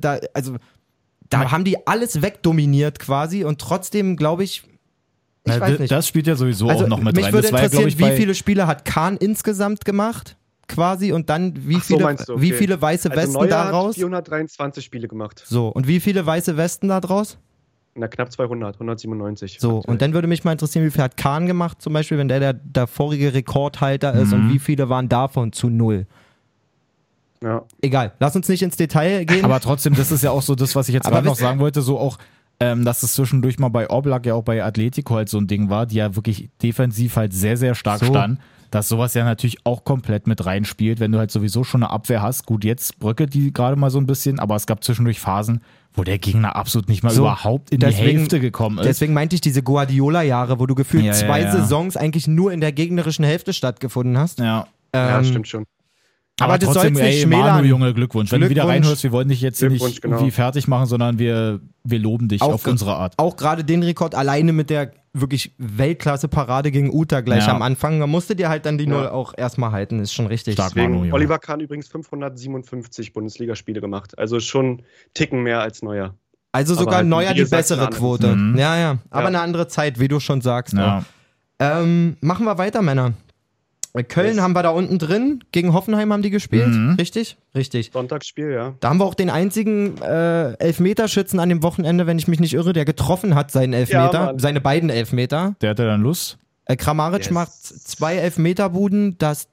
haben die alles wegdominiert quasi und trotzdem glaube ich weiß nicht. Das spielt ja sowieso auch noch mit rein. Mich würde interessieren, wie viele Spiele hat Kahn insgesamt gemacht quasi und dann wie viele weiße Westen Neuer daraus? Hat 423 Spiele gemacht. So, und wie viele weiße Westen da draus? Na, knapp 200, 197. So, und dann würde mich mal interessieren, wie viel hat Kahn gemacht, zum Beispiel, wenn der vorige Rekordhalter ist und wie viele waren davon zu 0? Ja. Egal, lass uns nicht ins Detail gehen. Aber trotzdem, das ist ja auch so das, was ich jetzt gerade noch sagen wollte, so auch, dass es zwischendurch mal bei Oblak ja auch bei Atletico halt so ein Ding war, die ja wirklich defensiv halt sehr, sehr stark standen. Dass sowas ja natürlich auch komplett mit reinspielt, wenn du halt sowieso schon eine Abwehr hast. Gut, jetzt bröckelt die gerade mal so ein bisschen, aber es gab zwischendurch Phasen, wo der Gegner absolut nicht mal überhaupt in die Hälfte gekommen ist. Deswegen meinte ich diese Guardiola-Jahre, wo du gefühlt 2 Saisons eigentlich nur in der gegnerischen Hälfte stattgefunden hast. Ja, stimmt schon. Aber das soll nicht schmälern. Manu, Junge, Glückwunsch. Wenn du wieder reinhörst, wir wollen dich jetzt nicht irgendwie fertig machen, sondern wir loben dich auf unsere Art. Auch gerade den Rekord alleine mit der wirklich Weltklasse-Parade gegen Uta gleich am Anfang. Da musste dir halt dann die 0 auch erstmal halten, ist schon richtig. Stark, Manu, Oliver Kahn übrigens 557 Bundesligaspiele gemacht. Also schon Ticken mehr als Neuer. Also sogar halt Neuer die bessere Quote. Ja. Aber eine andere Zeit, wie du schon sagst. Ja. Machen wir weiter, Männer. Köln haben wir da unten drin, gegen Hoffenheim haben die gespielt, richtig? Richtig. Sonntagsspiel, ja. Da haben wir auch den einzigen Elfmeterschützen an dem Wochenende, wenn ich mich nicht irre, der getroffen hat seinen Elfmeter, seine beiden Elfmeter. Der hatte dann Lust. Kramaric macht 2 Elfmeterbuden, das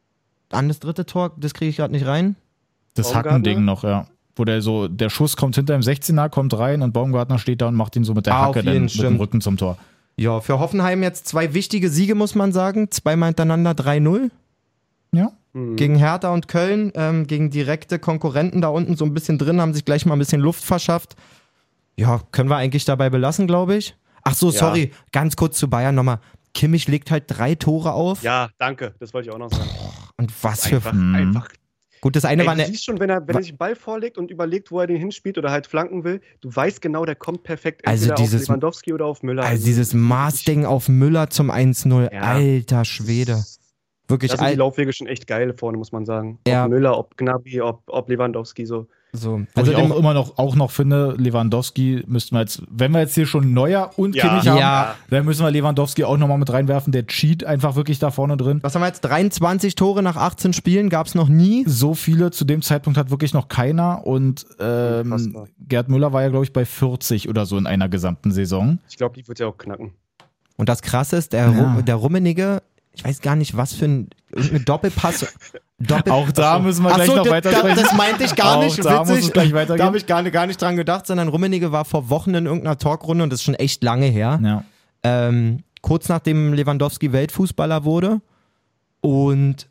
3. Tor, das kriege ich gerade nicht rein. Das Hackending noch, ja. Wo der Schuss kommt hinter dem 16er, kommt rein und Baumgartner steht da und macht ihn so mit der Hacke dann mit dem Rücken zum Tor. Ja, für Hoffenheim jetzt 2 wichtige Siege, muss man sagen. 2-mal hintereinander 3-0. Ja. Gegen Hertha und Köln, gegen direkte Konkurrenten da unten so ein bisschen drin, haben sich gleich mal ein bisschen Luft verschafft. Ja, können wir eigentlich dabei belassen, glaube ich. Ach so, sorry, ganz kurz zu Bayern nochmal. Kimmich legt halt 3 Tore auf. Ja, danke, das wollte ich auch noch sagen. Und was für... Einfach. Gut, das eine war Du siehst schon, wenn er sich einen Ball vorlegt und überlegt, wo er den hinspielt oder halt flanken will, du weißt genau, der kommt perfekt entweder auf Lewandowski oder auf Müller. Also dieses Maßding auf Müller zum 1-0, alter Schwede. Wirklich. Da sind die Laufwege schon echt geil vorne, muss man sagen. Ja. Ob Müller, ob Gnabry, ob Lewandowski so. Also ich auch noch finde, Lewandowski müssten wir jetzt, wenn wir jetzt hier schon Neuer und Kimmich haben, dann müssen wir Lewandowski auch nochmal mit reinwerfen. Der cheat einfach wirklich da vorne drin. Was haben wir jetzt? 23 Tore nach 18 Spielen gab es noch nie. So viele zu dem Zeitpunkt hat wirklich noch keiner und Gerd Müller war ja, glaube ich, bei 40 oder so in einer gesamten Saison. Ich glaube, die wird ja auch knacken. Und das Krasse ist, der Rummenigge, ich weiß gar nicht, was für ein Doppelpass. Auch da müssen wir gleich noch weiter sprechen. Das meinte ich gar nicht. Da muss es gleich weitergehen. Da habe ich gar nicht dran gedacht, sondern Rummenigge war vor Wochen in irgendeiner Talkrunde und das ist schon echt lange her. Ja. Kurz nachdem Lewandowski Weltfußballer wurde und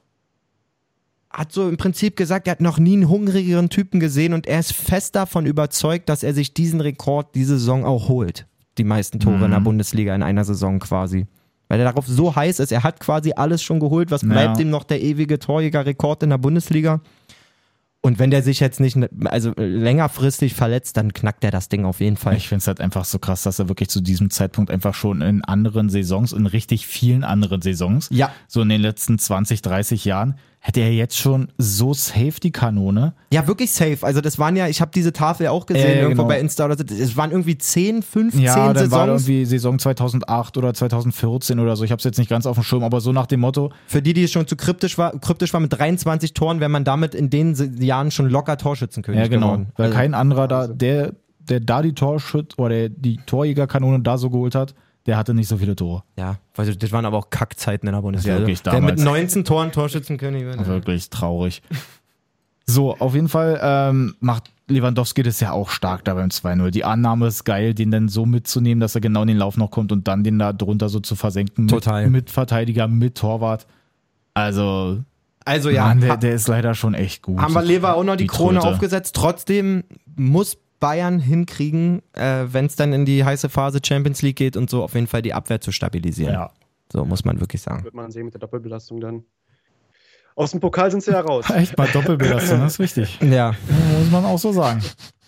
hat so im Prinzip gesagt, er hat noch nie einen hungrigeren Typen gesehen und er ist fest davon überzeugt, dass er sich diesen Rekord diese Saison auch holt. Die meisten Tore in der Bundesliga in einer Saison quasi. Weil er darauf so heiß ist, er hat quasi alles schon geholt, was bleibt ihm noch der ewige Torjägerrekord in der Bundesliga. Und wenn der sich jetzt nicht längerfristig verletzt, dann knackt er das Ding auf jeden Fall. Ich finde es halt einfach so krass, dass er wirklich zu diesem Zeitpunkt einfach schon in anderen Saisons, in richtig vielen anderen Saisons, so in den letzten 20, 30 Jahren, hätte er jetzt schon so safe die Kanone. Ja, wirklich safe. Also das waren ich habe diese Tafel auch gesehen, irgendwo bei Insta oder so. Es waren irgendwie 10, 15 dann Saisons. war irgendwie Saison 2008 oder 2014 oder so. Ich habe es jetzt nicht ganz auf dem Schirm, aber so nach dem Motto. Für die es schon zu kryptisch war mit 23 Toren, wäre man damit in den Jahren schon locker Torschützenkönig geworden. Weil kein anderer da, der da die die Torjägerkanone da so geholt hat, der hatte nicht so viele Tore. Ja, weil das waren aber auch Kackzeiten in der Bundesliga. Wirklich damals. Wer mit 19 Toren Torschützenkönig wird. Wirklich traurig. So, auf jeden Fall macht Lewandowski das ja auch stark da beim 2-0. Die Annahme ist geil, den dann so mitzunehmen, dass er genau in den Lauf noch kommt und dann den da drunter so zu versenken. Total. Mit Verteidiger, mit Torwart. Also ja. Mann, der ist leider schon echt gut. Haben wir Lever auch noch die Krone aufgesetzt. Trotzdem muss Bayern hinkriegen, wenn es dann in die heiße Phase Champions League geht und so, auf jeden Fall die Abwehr zu stabilisieren. Ja. So muss man wirklich sagen. Wird man sehen mit der Doppelbelastung dann. Aus dem Pokal sind sie ja raus. Echt mal Doppelbelastung, das ist wichtig. Ja. Muss man auch so sagen.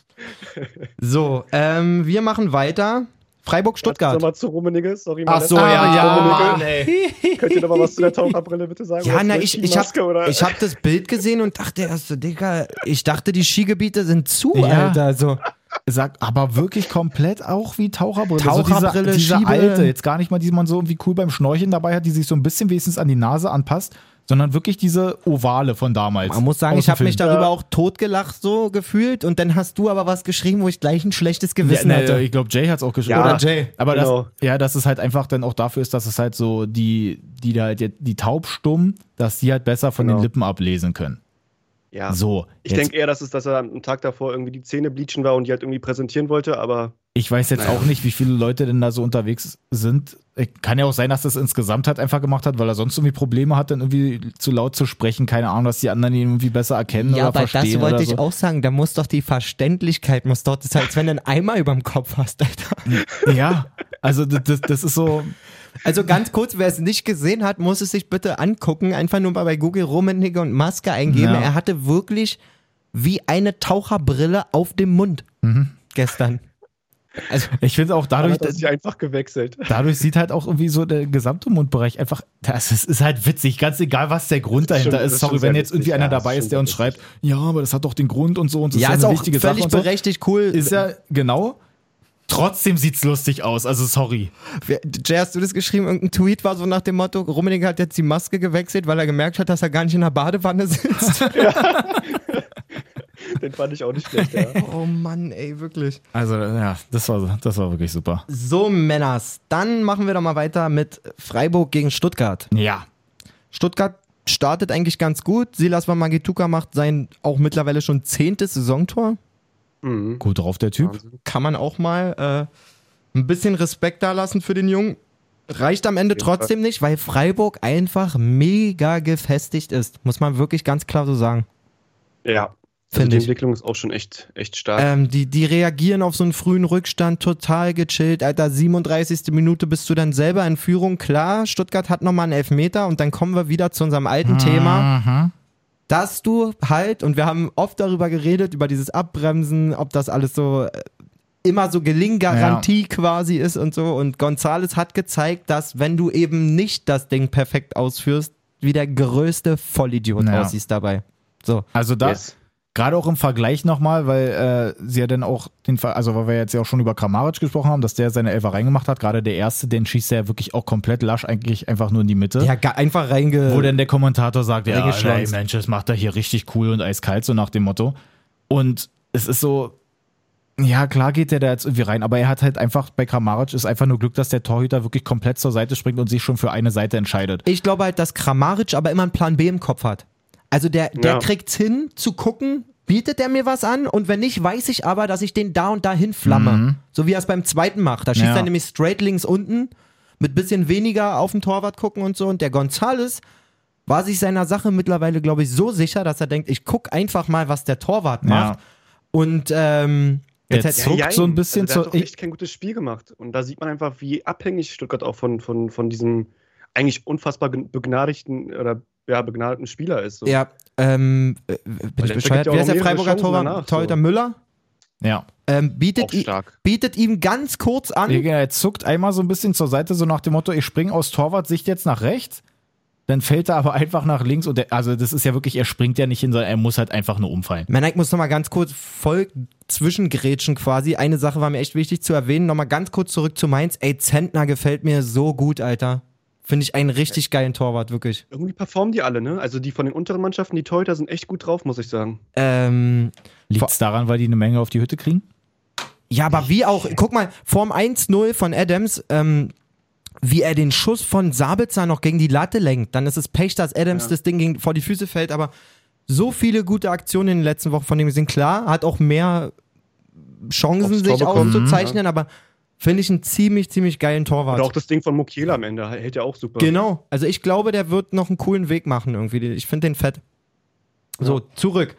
So, wir machen weiter. Freiburg-Stuttgart. Nochmal zu Rummenigge, sorry. Ach so, ja. Mann, ey. Könnt ihr noch mal was zu der Taucherbrille bitte sagen? Ja, ich hab das Bild gesehen und dachte erst so, Digga, ich dachte, die Skigebiete sind zu, Alter. So. Sagt aber wirklich komplett auch wie Taucherbrille. Taucherbrille, so diese alte, jetzt gar nicht mal, die man so irgendwie cool beim Schnorcheln dabei hat, die sich so ein bisschen wenigstens an die Nase anpasst, sondern wirklich diese Ovale von damals. Man muss sagen, ich habe mich darüber auch totgelacht so gefühlt und dann hast du aber was geschrieben, wo ich gleich ein schlechtes Gewissen hatte. Ich glaube, Jay hat es auch geschrieben. Ja, oder Jay. Aber genau. Dass es halt einfach dann auch dafür ist, dass es halt so die taubstumm, dass die halt besser von den Lippen ablesen können. Ja. So. Ich denke eher, dass er am Tag davor irgendwie die Zähne bleachen war und die halt irgendwie präsentieren wollte, aber. Ich weiß jetzt auch nicht, wie viele Leute denn da so unterwegs sind. Kann ja auch sein, dass das insgesamt halt einfach gemacht hat, weil er sonst irgendwie Probleme hat, dann irgendwie zu laut zu sprechen. Keine Ahnung, dass die anderen ihn irgendwie besser erkennen oder verstehen. Ja, aber das wollte ich auch sagen. Da muss doch die Verständlichkeit, das ist halt, wenn du einen Eimer über dem Kopf hast, Alter. Ja, also das ist so. Also ganz kurz, wer es nicht gesehen hat, muss es sich bitte angucken. Einfach nur mal bei Google Rummenigge und Maske eingeben. Ja. Er hatte wirklich wie eine Taucherbrille auf dem Mund gestern. Also ich finde auch dadurch, dass sie einfach gewechselt. Dadurch sieht halt auch irgendwie so der gesamte Mundbereich einfach, das ist halt witzig, ganz egal, was der Grund dahinter ist. Sorry, wenn jetzt irgendwie einer dabei ist, der uns schreibt, ja, aber das hat doch den Grund und so und das ist eine auch wichtige Sache. Völlig berechtigt, cool. Ist ja, genau. Trotzdem sieht's lustig aus, also sorry. Jay, hast du das geschrieben? Irgendein Tweet war so nach dem Motto, Rummenigge hat jetzt die Maske gewechselt, weil er gemerkt hat, dass er gar nicht in der Badewanne sitzt. Ja. Den fand ich auch nicht schlecht, ja. Oh Mann, ey, wirklich. Also, ja, das war wirklich super. So, Männers, dann machen wir doch mal weiter mit Freiburg gegen Stuttgart. Ja. Stuttgart startet eigentlich ganz gut. Silas Wamangituka macht sein auch mittlerweile schon 10. Saisontor. Mhm. Gut drauf, der Typ. Wahnsinn. Kann man auch mal ein bisschen Respekt da lassen für den Jungen. Reicht am Ende trotzdem nicht, weil Freiburg einfach mega gefestigt ist. Muss man wirklich ganz klar so sagen. Ja. Also die Entwicklung ist auch schon echt stark. Die reagieren auf so einen frühen Rückstand total gechillt. Alter, 37. Minute bist du dann selber in Führung. Klar, Stuttgart hat nochmal einen Elfmeter und dann kommen wir wieder zu unserem alten Thema. Dass du halt, und wir haben oft darüber geredet, über dieses Abbremsen, ob das alles so immer so Gelinggarantie quasi ist und so. Und González hat gezeigt, dass wenn du eben nicht das Ding perfekt ausführst, wie der größte Vollidiot aussiehst dabei. So. Also das... Gerade auch im Vergleich nochmal, weil sie ja dann auch weil wir jetzt ja auch schon über Kramaric gesprochen haben, dass der seine Elfer reingemacht hat. Gerade der erste, den schießt er ja wirklich auch komplett lasch, eigentlich einfach nur in die Mitte. Ja, einfach Wo dann der Kommentator sagt, ja, ey, Mensch, das macht er hier richtig cool und eiskalt, so nach dem Motto. Und es ist so, ja, klar geht der da jetzt irgendwie rein, aber er hat halt einfach, bei Kramaric ist einfach nur Glück, dass der Torhüter wirklich komplett zur Seite springt und sich schon für eine Seite entscheidet. Ich glaube halt, dass Kramaric aber immer einen Plan B im Kopf hat. Also der kriegt's hin zu gucken, bietet er mir was an und wenn nicht, weiß ich aber, dass ich den da und da hinflamme. So wie er es beim zweiten macht. Da schießt er nämlich straight links unten mit bisschen weniger auf den Torwart gucken und so. Und der González war sich seiner Sache mittlerweile, glaube ich, so sicher, dass er denkt, ich gucke einfach mal, was der Torwart macht. Und jetzt zuckt so ein bisschen der hat doch echt kein gutes Spiel gemacht. Und da sieht man einfach, wie abhängig Stuttgart auch von diesem eigentlich unfassbar begnadigten oder begnadeten Spieler ist. So. Ja, bin ich bescheuert. Wer ist der Freiburger Torhüter Müller? Ja. Bietet ihm ganz kurz an. Er zuckt einmal so ein bisschen zur Seite, so nach dem Motto, ich springe aus Torwartsicht jetzt nach rechts. Dann fällt er aber einfach nach links. Und also das ist ja wirklich, er springt ja nicht hin, sondern er muss halt einfach nur umfallen. Ich muss nochmal ganz kurz voll zwischengrätschen quasi. Eine Sache war mir echt wichtig zu erwähnen. Nochmal ganz kurz zurück zu Mainz. Zentner gefällt mir so gut, Alter. Finde ich einen richtig geilen Torwart, wirklich. Irgendwie performen die alle, ne? Also die von den unteren Mannschaften, die Torhüter sind echt gut drauf, muss ich sagen. Liegt es daran, weil die eine Menge auf die Hütte kriegen? Ja, aber wie auch, guck mal, vorm 1-0 von Adams, wie er den Schuss von Sabitzer noch gegen die Latte lenkt, dann ist es Pech, dass Adams das Ding vor die Füße fällt, aber so viele gute Aktionen in den letzten Wochen von dem sind klar, hat auch mehr Chancen sich auszuzeichnen, aber finde ich einen ziemlich, ziemlich geilen Torwart. Und auch das Ding von Mukiela am Ende hält ja auch super. Genau, also ich glaube, der wird noch einen coolen Weg machen irgendwie. Ich finde den fett. So, zurück.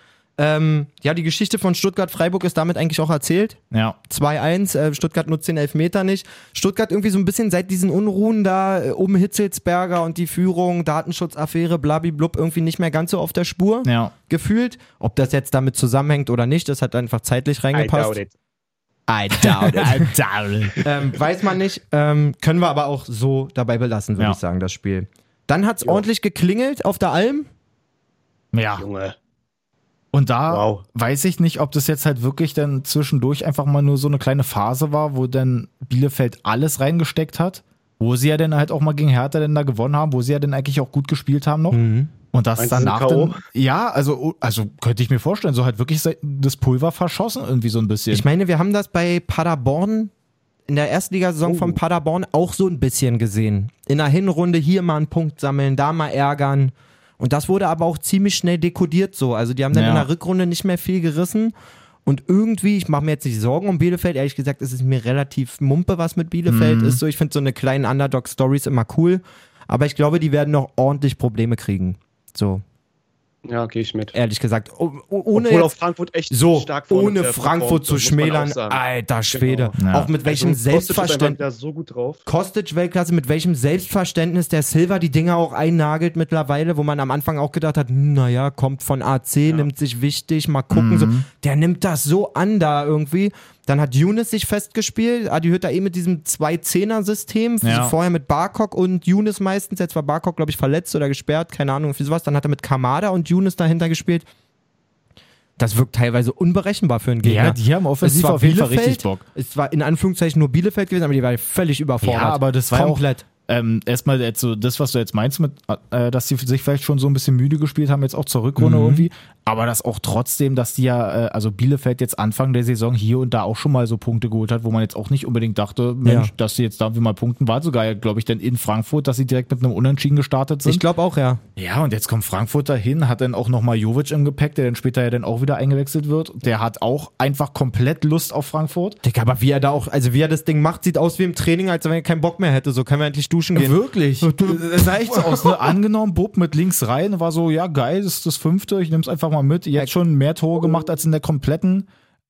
Die Geschichte von Stuttgart-Freiburg ist damit eigentlich auch erzählt. Ja. 2-1, Stuttgart nutzt den Elfmeter nicht. Stuttgart irgendwie so ein bisschen seit diesen Unruhen da um Hitzelsberger und die Führung, Datenschutzaffäre, blablablub, irgendwie nicht mehr ganz so auf der Spur gefühlt. Ob das jetzt damit zusammenhängt oder nicht, das hat einfach zeitlich reingepasst. I doubt it. Weiß man nicht. Können wir aber auch so dabei belassen, würde ich sagen, das Spiel. Dann hat es ordentlich geklingelt auf der Alm. Ja. Junge. Und da weiß ich nicht, ob das jetzt halt wirklich dann zwischendurch einfach mal nur so eine kleine Phase war, wo dann Bielefeld alles reingesteckt hat, wo sie ja dann halt auch mal gegen Hertha dann da gewonnen haben, wo sie ja dann eigentlich auch gut gespielt haben noch. Mhm. Und das danach dann, also könnte ich mir vorstellen, so halt wirklich das Pulver verschossen irgendwie so ein bisschen. Ich meine, wir haben das bei Paderborn in der Erstligasaison von Paderborn auch so ein bisschen gesehen. In der Hinrunde hier mal einen Punkt sammeln, da mal ärgern. Und das wurde aber auch ziemlich schnell dekodiert so. Also die haben dann in der Rückrunde nicht mehr viel gerissen. Und irgendwie, ich mache mir jetzt nicht Sorgen um Bielefeld. Ehrlich gesagt, ist es mir relativ Mumpe, was mit Bielefeld ist. So, ich finde so eine kleinen Underdog-Stories immer cool. Aber ich glaube, die werden noch ordentlich Probleme kriegen. So. Ja, gehe ich mit. Ehrlich gesagt. Obwohl auf Frankfurt echt stark ohne Frankfurt zu schmälern, alter Schwede. Genau. Auch mit welchem Selbstverständnis. So gut drauf. Kostic Weltklasse, mit welchem Selbstverständnis der Silva die Dinger auch einnagelt mittlerweile, wo man am Anfang auch gedacht hat, naja, kommt von AC, nimmt sich wichtig, mal gucken. So. Der nimmt das so an da irgendwie. Dann hat Younes sich festgespielt. Adi Hütter mit diesem 2-10er-System. Vorher mit Barkok und Younes meistens. Jetzt war Barkok, glaube ich, verletzt oder gesperrt. Keine Ahnung, für sowas. Dann hat er mit Kamada und Younes dahinter gespielt. Das wirkt teilweise unberechenbar für einen Gegner. Ja, die haben offensiv auf jeden Fall richtig Bock. Es war in Anführungszeichen nur Bielefeld gewesen, aber die war völlig überfordert. Ja, aber das war komplett. Erstmal jetzt so das, was du jetzt meinst, mit, dass die sich vielleicht schon so ein bisschen müde gespielt haben, jetzt auch zur Rückrunde irgendwie, aber das auch trotzdem, dass die also Bielefeld jetzt Anfang der Saison hier und da auch schon mal so Punkte geholt hat, wo man jetzt auch nicht unbedingt dachte, Mensch, dass sie jetzt da wie mal punkten, war sogar, glaube ich, dann in Frankfurt, dass sie direkt mit einem Unentschieden gestartet sind. Ich glaube auch, ja. Ja, und jetzt kommt Frankfurt dahin, hat dann auch nochmal Jovic im Gepäck, der dann später ja dann auch wieder eingewechselt wird. Der hat auch einfach komplett Lust auf Frankfurt. Digga, aber wie er da auch, also wie er das Ding macht, sieht aus wie im Training, als wenn er keinen Bock mehr hätte. So können wir endlich duschen gehen. Wirklich. Es sah echt so aus, ne? Angenommen, Bub mit links rein, war so, ja geil, das ist das 5. Ich nehm's einfach mal mit. Jetzt schon mehr Tore gemacht als in der kompletten,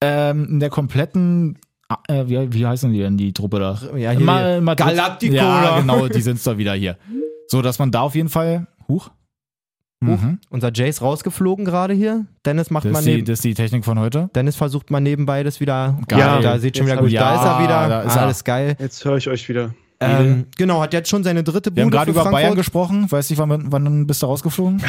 wie heißen die denn, die Truppe da? Ja, hier Galactico. Ja, genau, die sind's da wieder hier. So, dass man da auf jeden Fall, unser Jay ist rausgeflogen gerade hier. Dennis macht das ist die Technik von heute. Dennis versucht mal nebenbei das wieder, geil. Da sieht schon wieder gut, da ist er wieder, da ist alles geil. Jetzt höre ich euch wieder. Genau, hat jetzt schon seine dritte Bude. Wir haben gerade über Bayern gesprochen. Weiß nicht, wann bist du rausgeflogen?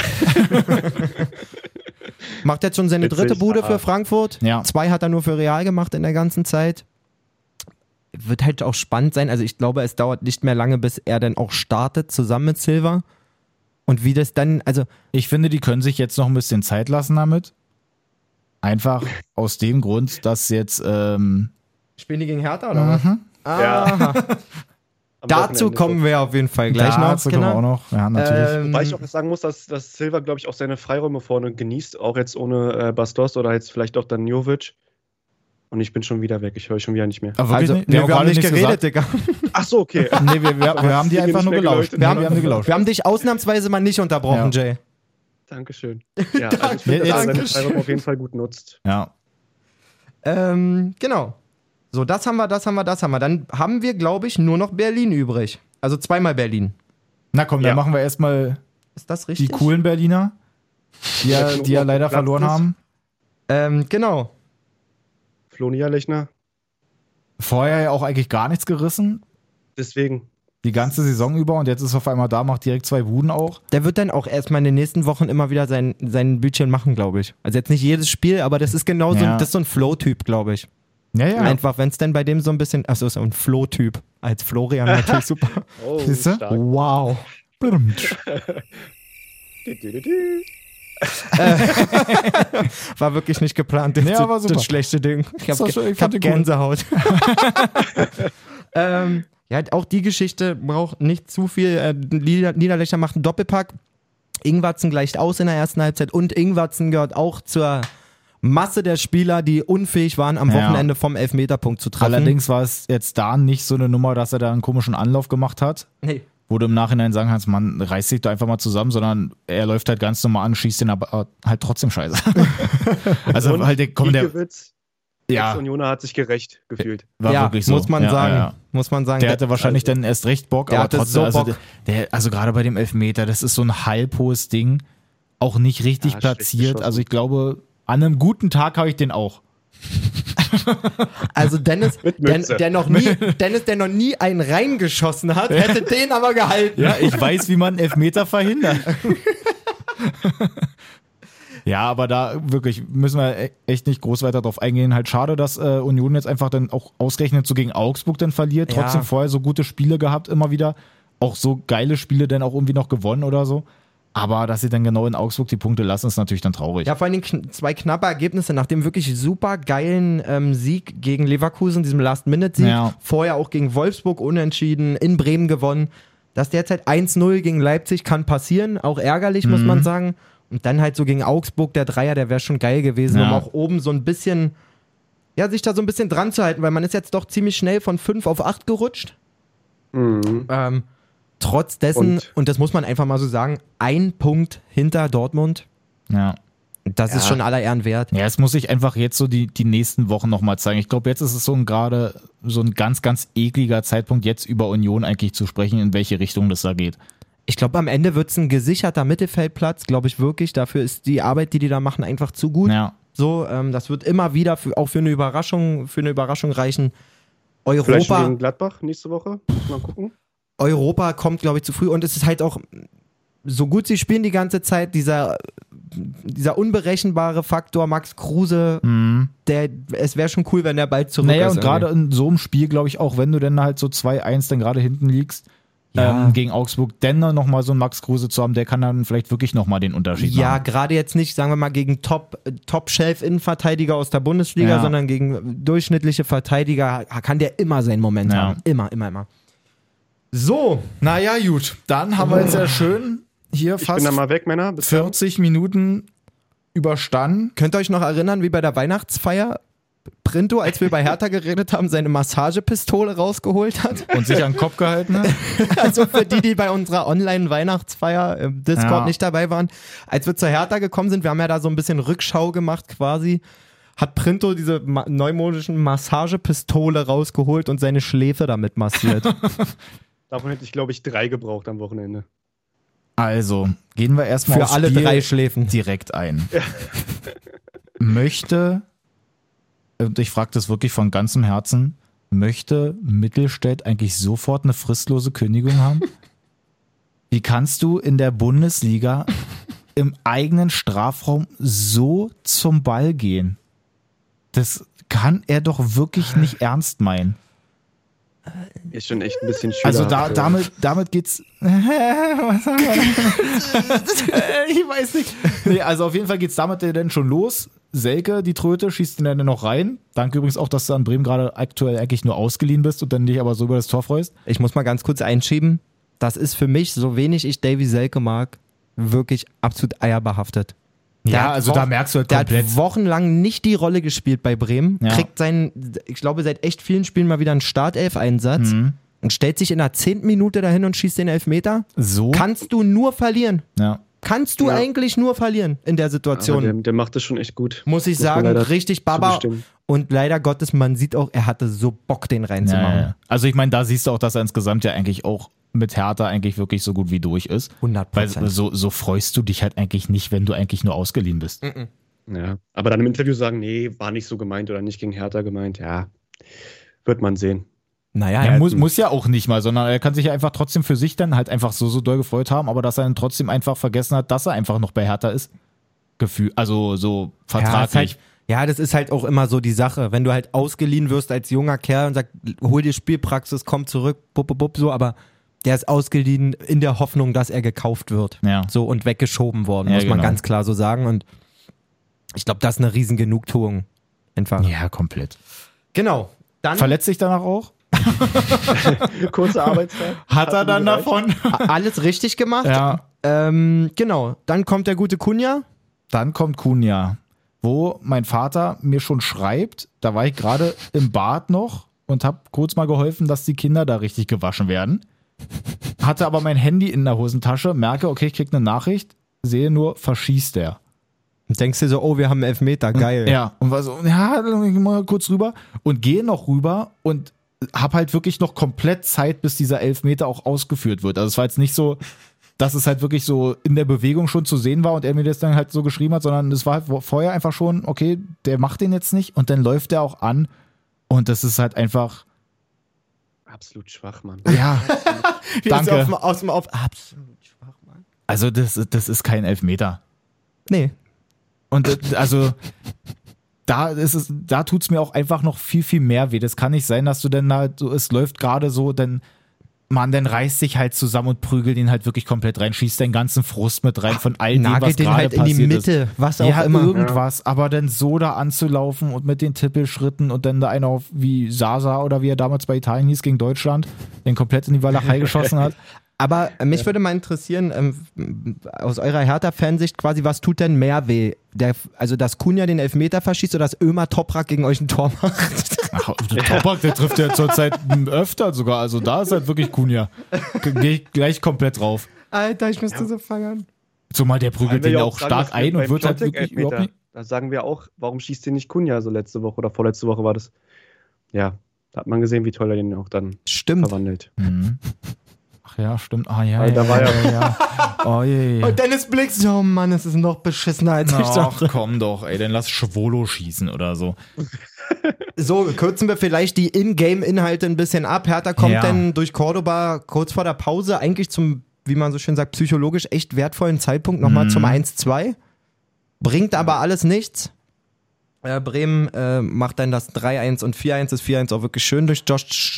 Macht jetzt schon seine dritte Bude für Frankfurt. Ja. 2 hat er nur für Real gemacht in der ganzen Zeit. Wird halt auch spannend sein. Also ich glaube, es dauert nicht mehr lange, bis er dann auch startet, zusammen mit Silva. Und wie das dann, also... Ich finde, die können sich jetzt noch ein bisschen Zeit lassen damit. Einfach aus dem Grund, dass jetzt... Spielen die gegen Hertha, oder was? Ja. Dazu kommen wir auf jeden Fall gleich noch. Dazu kommen wir auch noch. Ja, natürlich. Wobei ich auch sagen muss, dass Silva, glaube ich, auch seine Freiräume vorne genießt. Auch jetzt ohne Bastos oder jetzt vielleicht auch dann Jovic. Und ich bin schon wieder weg. Ich höre schon wieder nicht mehr. Also, wir haben nicht geredet, Digga. Ach so, okay. Nee, wir haben die einfach nur gelauscht. Wir haben dich ausnahmsweise mal nicht unterbrochen, Jay. Dankeschön. Ja, also ich finde, dass er seine Freiräume auf jeden Fall gut nutzt. Ja. Genau. So, das haben wir. Dann haben wir, glaube ich, nur noch Berlin übrig. Also zweimal Berlin. Na komm, dann machen wir erstmal Ist das richtig? Die coolen Berliner, die ja leider verloren haben. Genau. Flo Niederlechner. Vorher ja auch eigentlich gar nichts gerissen. Deswegen. Die ganze Saison über und jetzt ist er auf einmal da, macht direkt 2 Buden auch. Der wird dann auch erstmal in den nächsten Wochen immer wieder sein Bütchen machen, glaube ich. Also jetzt nicht jedes Spiel, aber das ist genau das ist so ein Flow-Typ, glaube ich. Ja. Einfach, wenn es denn bei dem so ein bisschen, achso, ist ein Flow-Typ. Als Florian natürlich super. Oh, siehst du? Wow. War wirklich nicht geplant, das schlechte Ding. Ich hab Gänsehaut. Ja, auch die Geschichte braucht nicht zu viel. Niederlechner macht einen Doppelpack. Ingwertsen gleicht aus in der ersten Halbzeit und Ingwertsen gehört auch zur Masse der Spieler, die unfähig waren, am Wochenende vom Elfmeterpunkt zu treffen. Allerdings war es jetzt da nicht so eine Nummer, dass er da einen komischen Anlauf gemacht hat. Nee. Wo du im Nachhinein sagen kannst, man reißt sich da einfach mal zusammen, sondern er läuft halt ganz normal an, schießt den aber halt trotzdem scheiße. Also und halt der Unioner hat sich gerecht gefühlt. War wirklich so. Muss man sagen. Der hatte wahrscheinlich dann erst recht Bock, aber trotzdem, also gerade bei dem Elfmeter, das ist so ein halbhohes Ding, auch nicht richtig platziert. Also ich glaube, an einem guten Tag habe ich den auch. Also Dennis, der noch nie einen reingeschossen hat, hätte den aber gehalten. Ja, ich weiß, wie man Elfmeter verhindert. Ja, aber da wirklich müssen wir echt nicht groß weiter drauf eingehen. Halt schade, dass Union jetzt einfach dann auch ausgerechnet so gegen Augsburg dann verliert. Trotzdem vorher so gute Spiele gehabt immer wieder. Auch so geile Spiele dann auch irgendwie noch gewonnen oder so. Aber dass sie dann genau in Augsburg die Punkte lassen, ist natürlich dann traurig. Ja, vor allem 2 knappe Ergebnisse nach dem wirklich super geilen Sieg gegen Leverkusen, diesem Last-Minute-Sieg. Ja. Vorher auch gegen Wolfsburg unentschieden, in Bremen gewonnen. Das derzeit 1-0 gegen Leipzig kann passieren, auch ärgerlich, muss man sagen. Und dann halt so gegen Augsburg, der Dreier, der wäre schon geil gewesen, um auch oben so ein bisschen, sich da so ein bisschen dran zu halten, weil man ist jetzt doch ziemlich schnell von 5 auf 8 gerutscht. Trotz dessen, und das muss man einfach mal so sagen, 1 Punkt hinter Dortmund. Ja. Das ist schon aller Ehren wert. Ja, es muss sich einfach jetzt so die nächsten Wochen nochmal zeigen. Ich glaube, jetzt ist es gerade so ein ganz, ganz ekliger Zeitpunkt, jetzt über Union eigentlich zu sprechen, in welche Richtung das da geht. Ich glaube, am Ende wird es ein gesicherter Mittelfeldplatz, glaube ich wirklich. Dafür ist die Arbeit, die da machen, einfach zu gut. Ja. So, das wird immer wieder auch für eine Überraschung reichen. Vielleicht schon gegen Gladbach nächste Woche. Mal gucken. Europa kommt, glaube ich, zu früh. Und es ist halt auch, so gut sie spielen die ganze Zeit, dieser unberechenbare Faktor Max Kruse, es wäre schon cool, wenn der bald zurück ist. Naja, und gerade in so einem Spiel, glaube ich auch, wenn du dann halt so 2-1 dann gerade hinten liegst, gegen Augsburg, dann nochmal so einen Max Kruse zu haben, der kann dann vielleicht wirklich nochmal den Unterschied machen. Ja, gerade jetzt nicht, sagen wir mal, gegen Top-Shelf-Innenverteidiger aus der Bundesliga, sondern gegen durchschnittliche Verteidiger kann der immer seinen Moment haben. Immer. So. Naja, gut. Dann haben wir jetzt ja schön hier fast bin dann mal weg, Männer. Bis 40 Minuten überstanden. Könnt ihr euch noch erinnern, wie bei der Weihnachtsfeier Printo, als wir bei Hertha geredet haben, seine Massagepistole rausgeholt hat? Und sich an den Kopf gehalten hat? Also für die bei unserer Online-Weihnachtsfeier im Discord nicht dabei waren. Als wir zur Hertha gekommen sind, wir haben ja da so ein bisschen Rückschau gemacht quasi, hat Printo diese neumodischen Massagepistole rausgeholt und seine Schläfe damit massiert. Davon hätte ich, glaube ich, 3 gebraucht am Wochenende. Also, gehen wir erstmal für alle Spiel 3 Schläfen direkt ein. Möchte, und ich frage das wirklich von ganzem Herzen, möchte Mittelstädt eigentlich sofort eine fristlose Kündigung haben? Wie kannst du in der Bundesliga im eigenen Strafraum so zum Ball gehen? Das kann er doch wirklich nicht ernst meinen. Ist schon echt ein bisschen schwierig. Also damit geht's. Was haben wir? Ich weiß nicht. Nee, also auf jeden Fall geht's damit dann schon los. Selke, die Tröte, schießt ihn dann noch rein. Danke übrigens auch, dass du an Bremen gerade aktuell eigentlich nur ausgeliehen bist und dann dich aber so über das Tor freust. Ich muss mal ganz kurz einschieben. Das ist für mich, so wenig ich Davy Selke mag, wirklich absolut eierbehaftet. Da merkst du halt komplett. Der hat wochenlang nicht die Rolle gespielt bei Bremen, kriegt ich glaube, seit echt vielen Spielen mal wieder einen Startelf-Einsatz und stellt sich in der 10. Minute dahin und schießt den Elfmeter. So? Kannst du nur verlieren. Ja. Kannst du eigentlich nur verlieren in der Situation. Aber der macht das schon echt gut. Muss ich sagen, richtig Baba. Und leider Gottes, man sieht auch, er hatte so Bock, den reinzumachen. Ja. Also ich meine, da siehst du auch, dass er insgesamt ja eigentlich auch mit Hertha eigentlich wirklich so gut wie durch ist. 100%. Weil so freust du dich halt eigentlich nicht, wenn du eigentlich nur ausgeliehen bist. Ja, aber dann im Interview sagen, nee, war nicht so gemeint oder nicht gegen Hertha gemeint, ja, wird man sehen. Naja, er muss ja auch nicht mal, sondern er kann sich ja einfach trotzdem für sich dann halt einfach so doll gefreut haben, aber dass er dann trotzdem einfach vergessen hat, dass er einfach noch bei Hertha ist. Also so vertraglich. Ja, das ist halt auch immer so die Sache, wenn du halt ausgeliehen wirst als junger Kerl und sagst, hol dir Spielpraxis, komm zurück, so, aber der ist ausgeliehen in der Hoffnung, dass er gekauft wird. Ja. So und weggeschoben worden, muss man ganz klar so sagen. Und ich glaube, das ist eine riesen Genugtuung. Einfach. Ja, komplett. Genau. Dann verletzt sich danach auch? Kurze Arbeitszeit. Hat er dann davon? Alles richtig gemacht. Ja. Genau. Dann kommt der gute Kunja. Dann kommt Kunja, wo mein Vater mir schon schreibt, da war ich gerade im Bad noch und habe kurz mal geholfen, dass die Kinder da richtig gewaschen werden. Hatte aber mein Handy in der Hosentasche, merke, okay, ich krieg eine Nachricht, sehe nur, verschießt der. Und denkst dir so, oh, wir haben einen Elfmeter, geil. Ja, und war so, ja, dann mal kurz rüber und gehe noch rüber und hab halt wirklich noch komplett Zeit, bis dieser Elfmeter auch ausgeführt wird. Also es war jetzt nicht so, dass es halt wirklich so in der Bewegung schon zu sehen war und er mir das dann halt so geschrieben hat, sondern es war halt vorher einfach schon, okay, der macht den jetzt nicht und dann läuft der auch an und das ist halt einfach absolut schwach, Mann. Ja, danke. Absolut schwach, Mann. Also das ist kein Elfmeter. Nee. Und also da tut's mir auch einfach noch viel, viel mehr weh. Das kann nicht sein, dass du dann halt so, es läuft gerade so, dann reißt dich halt zusammen und prügelt ihn halt wirklich komplett rein, schießt den ganzen Frust mit rein von all dem, was gerade halt in die Mitte, was auch immer. Irgendwas, aber dann so da anzulaufen und mit den Tippelschritten und dann da einer auf wie Sasa oder wie er damals bei Italien hieß gegen Deutschland, den komplett in die Walachei geschossen hat. Aber mich würde mal interessieren, aus eurer Hertha-Fansicht quasi, was tut denn mehr weh? Also, dass Kunja den Elfmeter verschießt oder dass Ömer Toprak gegen euch ein Tor macht? Ach, Toprak, der trifft ja zurzeit öfter sogar. Also da ist halt wirklich Kunja. Gehe ich gleich komplett drauf. Alter, ich müsste so feiern. Zumal der prügelt den ja auch stark ein und wird halt wirklich überhaupt nicht... Da sagen wir auch, warum schießt den nicht Kunja so letzte Woche oder vorletzte Woche war das? Ja, da hat man gesehen, wie toll er den auch dann verwandelt. Mhm. Ach ja, stimmt. Ah ja, da war ja. Oh, je. Und Dennis Blix, oh Mann, es ist noch beschissener als ich dachte. Ach komm doch, ey, dann lass Schwolo schießen oder so. So, kürzen wir vielleicht die In-Game-Inhalte ein bisschen ab. Hertha kommt denn durch Cordoba kurz vor der Pause eigentlich zum, wie man so schön sagt, psychologisch echt wertvollen Zeitpunkt nochmal zum 1-2. Bringt aber alles nichts. Bremen macht dann das 3-1 und 4-1. Das 4-1 auch wirklich schön durch Josh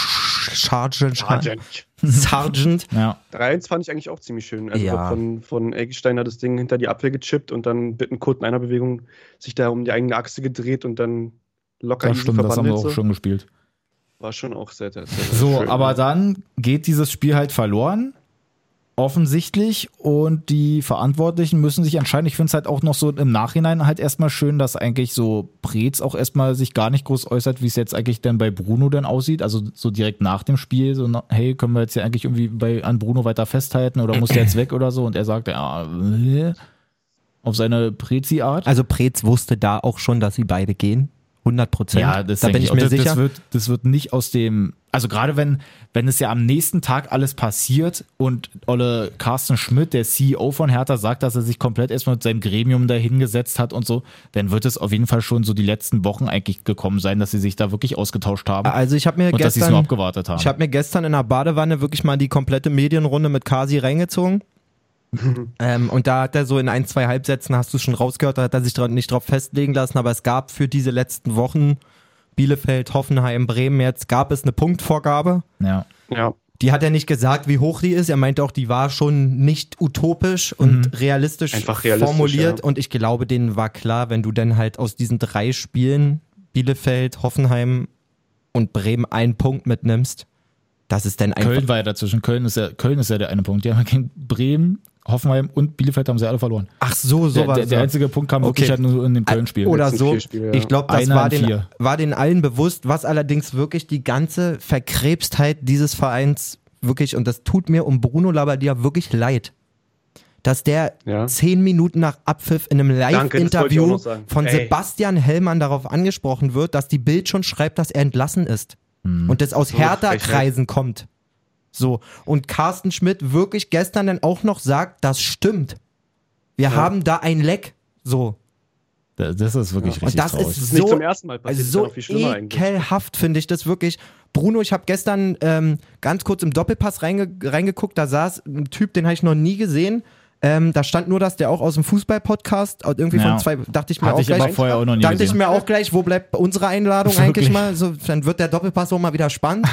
Sargent. Ja. 3-1 fand ich eigentlich auch ziemlich schön. Also von Eggestein hat das Ding hinter die Abwehr gechippt und dann Bittencourt in einer Bewegung sich da um die eigene Achse gedreht und dann locker easy verwandelt. Das haben wir auch schon gespielt. War schon auch sehr, sehr so, schön. Aber dann geht dieses Spiel halt verloren. Offensichtlich und die Verantwortlichen müssen sich entscheiden. Ich finde es halt auch noch so im Nachhinein halt erstmal schön, dass eigentlich so Preetz auch erstmal sich gar nicht groß äußert, wie es jetzt eigentlich dann bei Bruno dann aussieht. Also so direkt nach dem Spiel, so hey, können wir jetzt ja eigentlich irgendwie an Bruno weiter festhalten oder muss der jetzt weg oder so? Und er sagt, ja, auf seine Prezi-Art. Also Preetz wusste da auch schon, dass sie beide gehen. 100%. Ja, da bin ich mir sicher. Das wird nicht aus dem, also gerade wenn es ja am nächsten Tag alles passiert und Olle Carsten Schmidt, der CEO von Hertha, sagt, dass er sich komplett erstmal mit seinem Gremium da hingesetzt hat und so, dann wird es auf jeden Fall schon so die letzten Wochen eigentlich gekommen sein, dass sie sich da wirklich ausgetauscht haben. Also ich habe mir dass sie es nur abgewartet haben. Ich habe mir gestern in der Badewanne wirklich mal die komplette Medienrunde mit Kasi reingezogen. Und da hat er so in 1-2 Halbsätzen, hast du schon rausgehört, da hat er sich nicht drauf festlegen lassen, aber es gab für diese letzten Wochen Bielefeld, Hoffenheim, Bremen, jetzt gab es eine Punktvorgabe. Ja. Die hat er nicht gesagt, wie hoch die ist, er meinte auch, die war schon nicht utopisch und realistisch formuliert und ich glaube, denen war klar, wenn du dann halt aus diesen 3 Spielen Bielefeld, Hoffenheim und Bremen einen Punkt mitnimmst, das ist dann einfach... Köln war ja dazwischen, Köln ist ja der eine Punkt, ja, gegen Bremen, Hoffenheim und Bielefeld haben sie alle verloren. Ach so, der einzige Punkt kam wirklich halt nur in dem Köln-Spiel. Oder so. Ich glaube, das war den allen bewusst, was allerdings wirklich die ganze Verkrebstheit dieses Vereins wirklich, und das tut mir um Bruno Labbadia wirklich leid, dass der 10 Minuten nach Abpfiff in einem Live-Interview von Sebastian Hellmann darauf angesprochen wird, dass die Bild schon schreibt, dass er entlassen ist. Und das aus Hertha-Kreisen kommt. So. Und Carsten Schmidt wirklich gestern dann auch noch sagt, das stimmt. Wir haben da ein Leck. So. Das ist wirklich richtig traurig. Und das ist so, nicht zum ersten Mal passiert. So ekelhaft finde ich das wirklich. Bruno, ich habe gestern ganz kurz im Doppelpass reingeguckt, da saß ein Typ, den habe ich noch nie gesehen. Da stand nur, dass der auch aus dem Fußball-Podcast irgendwie von 2, dachte ich mir auch gleich. Vorher auch noch nie dachte ich mir auch gleich, wo bleibt unsere Einladung wirklich? Eigentlich mal? So, dann wird der Doppelpass auch mal wieder spannend.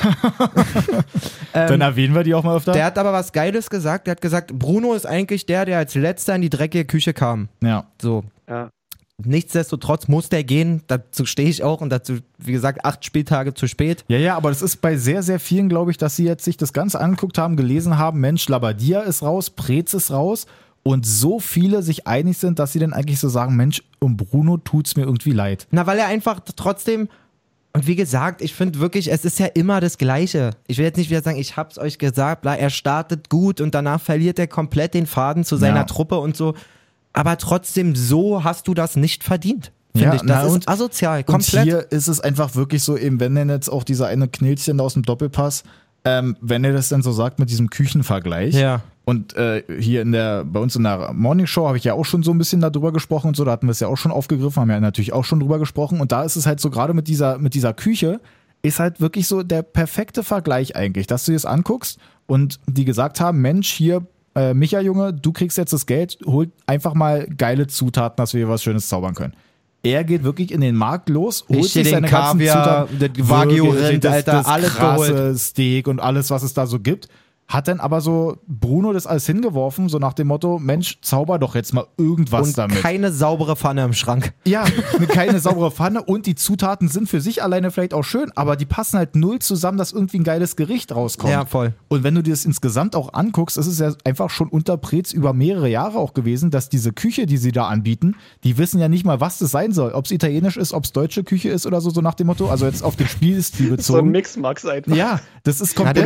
Dann erwähnen wir die auch mal öfter. Der hat aber was Geiles gesagt. Der hat gesagt, Bruno ist eigentlich der als letzter in die dreckige Küche kam. Ja. So. Ja. Nichtsdestotrotz muss der gehen, dazu stehe ich auch und dazu, wie gesagt, 8 Spieltage zu spät. Ja, aber das ist bei sehr, sehr vielen, glaube ich, dass sie jetzt sich das Ganze angeguckt haben, gelesen haben, Mensch, Labbadia ist raus, Preetz ist raus und so viele sich einig sind, dass sie dann eigentlich so sagen, Mensch, um Bruno tut's mir irgendwie leid. Na, weil er einfach trotzdem, und wie gesagt, ich finde wirklich, es ist ja immer das Gleiche. Ich will jetzt nicht wieder sagen, ich hab's euch gesagt, er startet gut und danach verliert er komplett den Faden zu seiner Truppe und so. Aber trotzdem, so hast du das nicht verdient, finde ich. Das ist asozial, komplett. Und hier ist es einfach wirklich so, eben wenn denn jetzt auch dieser eine Knilchen aus dem Doppelpass, wenn er das dann so sagt mit diesem Küchenvergleich. Ja. Und hier bei uns in der Morning Show habe ich ja auch schon so ein bisschen darüber gesprochen und so, da hatten wir es ja auch schon aufgegriffen, haben ja natürlich auch schon drüber gesprochen. Und da ist es halt so, gerade mit dieser Küche, ist halt wirklich so der perfekte Vergleich eigentlich, dass du dir das anguckst und die gesagt haben, Mensch, hier, Micha, Junge, du kriegst jetzt das Geld, hol einfach mal geile Zutaten, dass wir hier was Schönes zaubern können. Er geht wirklich in den Markt los, holt sich seine ganzen Zutaten, Wagyu-Rind, Alter, alles krasse Steak und alles, was es da so gibt. Hat dann aber so Bruno das alles hingeworfen, so nach dem Motto, Mensch, zauber doch jetzt mal irgendwas und damit. Keine saubere Pfanne im Schrank. Ja, keine saubere Pfanne und die Zutaten sind für sich alleine vielleicht auch schön, aber die passen halt null zusammen, dass irgendwie ein geiles Gericht rauskommt. Ja, voll. Und wenn du dir das insgesamt auch anguckst, ist es ja einfach schon unter Preetz über mehrere Jahre auch gewesen, dass diese Küche, die sie da anbieten, die wissen ja nicht mal, was das sein soll. Ob es italienisch ist, ob es deutsche Küche ist oder so nach dem Motto. Also jetzt auf den Spielstil bezogen. So ein Mix-Max einfach. Ja, das ist komplett.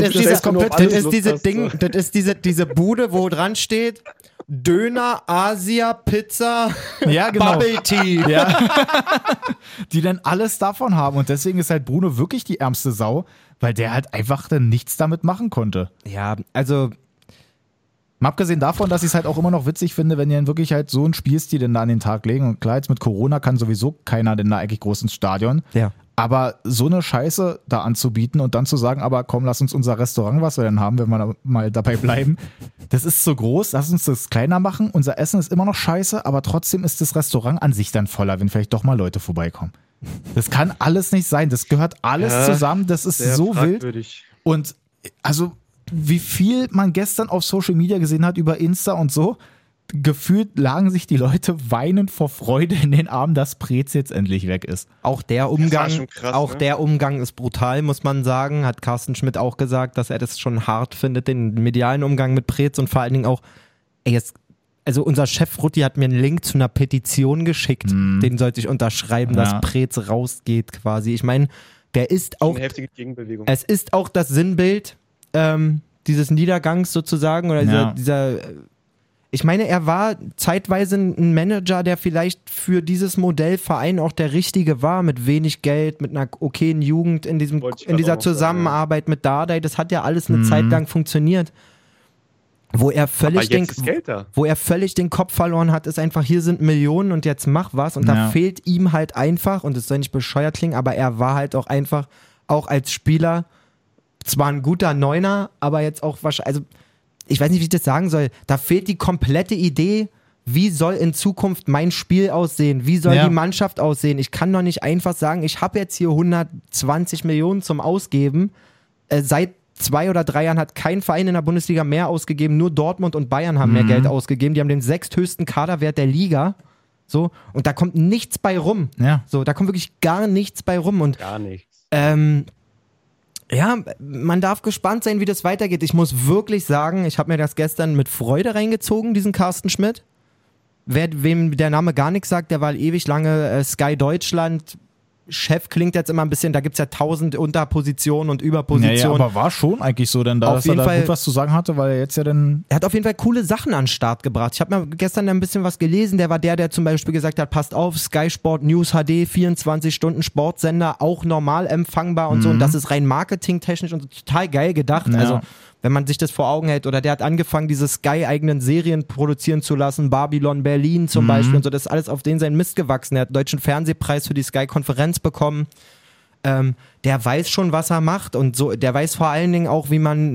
Das ist diese Bude, wo dran steht Döner, Asia, Pizza, ja, genau. Bubble Tea. Ja. Die dann alles davon haben. Und deswegen ist halt Bruno wirklich die ärmste Sau, weil der halt einfach dann nichts damit machen konnte. Ja, also mal abgesehen davon, dass ich es halt auch immer noch witzig finde, wenn die dann wirklich halt so einen Spielstil denn da an den Tag legen. Und klar, jetzt mit Corona kann sowieso keiner denn da eigentlich groß ins Stadion. Ja. Aber so eine Scheiße da anzubieten und dann zu sagen, aber komm, lass uns unser Restaurant, was wir denn haben, wenn wir da mal dabei bleiben, das ist so groß, lass uns das kleiner machen. Unser Essen ist immer noch scheiße, aber trotzdem ist das Restaurant an sich dann voller, wenn vielleicht doch mal Leute vorbeikommen. Das kann alles nicht sein, das gehört alles zusammen, das ist so wild. Und also wie viel man gestern auf Social Media gesehen hat über Insta und so, gefühlt lagen sich die Leute weinend vor Freude in den Armen, dass Preetz jetzt endlich weg ist. Auch der Umgang, der Umgang ist brutal, muss man sagen. Hat Carsten Schmidt auch gesagt, dass er das schon hart findet, den medialen Umgang mit Preetz und vor allen Dingen auch, also unser Chef Rutti hat mir einen Link zu einer Petition geschickt, den sollte ich unterschreiben, dass Preetz rausgeht quasi. Ich meine, der ist auch, eine heftige Gegenbewegung. Es ist auch das Sinnbild dieses Niedergangs sozusagen oder dieser ich meine, er war zeitweise ein Manager, der vielleicht für dieses Modellverein auch der richtige war, mit wenig Geld, mit einer okayen Jugend in dieser Zusammenarbeit mit Dardai. Das hat ja alles eine Zeit lang funktioniert. Wo er völlig den Kopf verloren hat, ist einfach, hier sind Millionen und jetzt mach was. Und da fehlt ihm halt einfach, und es soll nicht bescheuert klingen, aber er war halt auch einfach, auch als Spieler, zwar ein guter Neuner, aber jetzt auch wahrscheinlich, also ich weiß nicht, wie ich das sagen soll, da fehlt die komplette Idee, wie soll in Zukunft mein Spiel aussehen, wie soll die Mannschaft aussehen. Ich kann doch nicht einfach sagen, ich habe jetzt hier 120 Millionen zum Ausgeben. Seit 2 oder 3 Jahren hat kein Verein in der Bundesliga mehr ausgegeben, nur Dortmund und Bayern haben mehr Geld ausgegeben. Die haben den 6. höchsten Kaderwert der Liga. So, und da kommt nichts bei rum. Ja. So, da kommt wirklich gar nichts bei rum. Und, gar nichts. Ja, man darf gespannt sein, wie das weitergeht. Ich muss wirklich sagen, ich habe mir das gestern mit Freude reingezogen, diesen Carsten Schmidt. Wem der Name gar nichts sagt, der war ewig lange Sky Deutschland. Chef klingt jetzt immer ein bisschen, da gibt es ja 1000 Unterpositionen und Überpositionen. Ja, aber war schon eigentlich so, denn dass er da gut was zu sagen hatte, weil er jetzt ja dann... Er hat auf jeden Fall coole Sachen an den Start gebracht. Ich habe mir gestern ein bisschen was gelesen, der war der zum Beispiel gesagt hat, passt auf, Sky Sport News HD, 24 Stunden Sportsender, auch normal empfangbar und so, und das ist rein marketingtechnisch und total geil gedacht. Ja. Also wenn man sich das vor Augen hält, oder der hat angefangen, diese Sky-eigenen Serien produzieren zu lassen, Babylon Berlin zum Beispiel und so, das ist alles auf den seinen Mist gewachsen. Er hat einen deutschen Fernsehpreis für die Sky-Konferenz bekommen. Der weiß schon, was er macht und so, der weiß vor allen Dingen auch,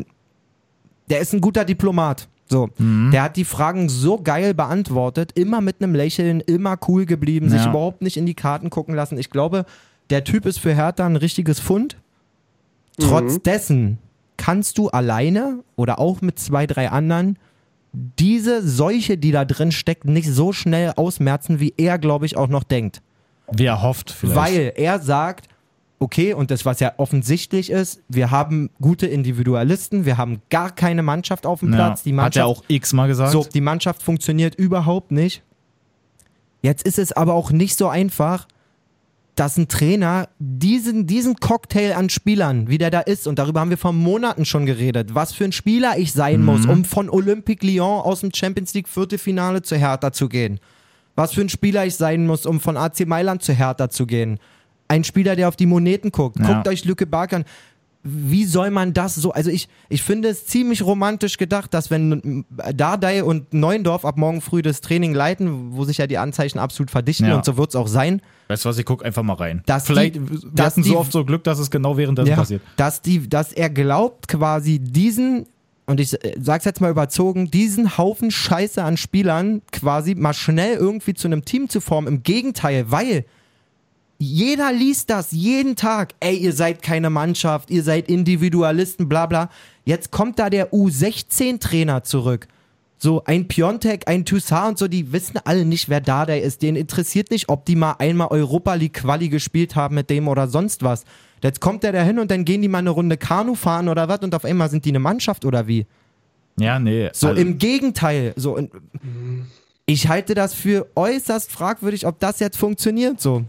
der ist ein guter Diplomat. So, der hat die Fragen so geil beantwortet, immer mit einem Lächeln, immer cool geblieben, sich überhaupt nicht in die Karten gucken lassen. Ich glaube, der Typ ist für Hertha ein richtiges Pfund. Trotz dessen kannst du alleine oder auch mit 2, 3 anderen diese Seuche, die da drin steckt, nicht so schnell ausmerzen, wie er, glaube ich, auch noch denkt. Wie er hofft vielleicht. Weil er sagt, okay, und das, was ja offensichtlich ist, wir haben gute Individualisten, wir haben gar keine Mannschaft auf dem Platz. Die Mannschaft, hat er auch x-mal gesagt. So, die Mannschaft funktioniert überhaupt nicht. Jetzt ist es aber auch nicht so einfach, dass ein Trainer diesen Cocktail an Spielern, wie der da ist, und darüber haben wir vor Monaten schon geredet, was für ein Spieler ich sein muss, um von Olympique Lyon aus dem Champions League Viertelfinale zu Hertha zu gehen. Was für ein Spieler ich sein muss, um von AC Mailand zu Hertha zu gehen. Ein Spieler, der auf die Moneten guckt. Guckt euch Lücke Bark an. Wie soll man das so, also ich finde es ziemlich romantisch gedacht, dass wenn Dardai und Neuendorf ab morgen früh das Training leiten, wo sich ja die Anzeichen absolut verdichten und so wird es auch sein. Weißt du was, ich guck einfach mal rein. Wir hatten so oft so Glück, dass es genau währenddessen passiert. Dass er glaubt quasi diesen, und ich sag's jetzt mal überzogen, diesen Haufen Scheiße an Spielern quasi mal schnell irgendwie zu einem Team zu formen. Im Gegenteil, weil jeder liest das jeden Tag. Ey, ihr seid keine Mannschaft, ihr seid Individualisten, bla bla. Jetzt kommt da der U16-Trainer zurück. So ein Piontek, ein Toussaint und so, die wissen alle nicht, wer Dardai ist. Denen interessiert nicht, ob die mal einmal Europa League Quali gespielt haben mit dem oder sonst was. Jetzt kommt der da hin und dann gehen die mal eine Runde Kanu fahren oder was und auf einmal sind die eine Mannschaft oder wie? Ja, nee. So im Gegenteil. So, ich halte das für äußerst fragwürdig, ob das jetzt funktioniert so.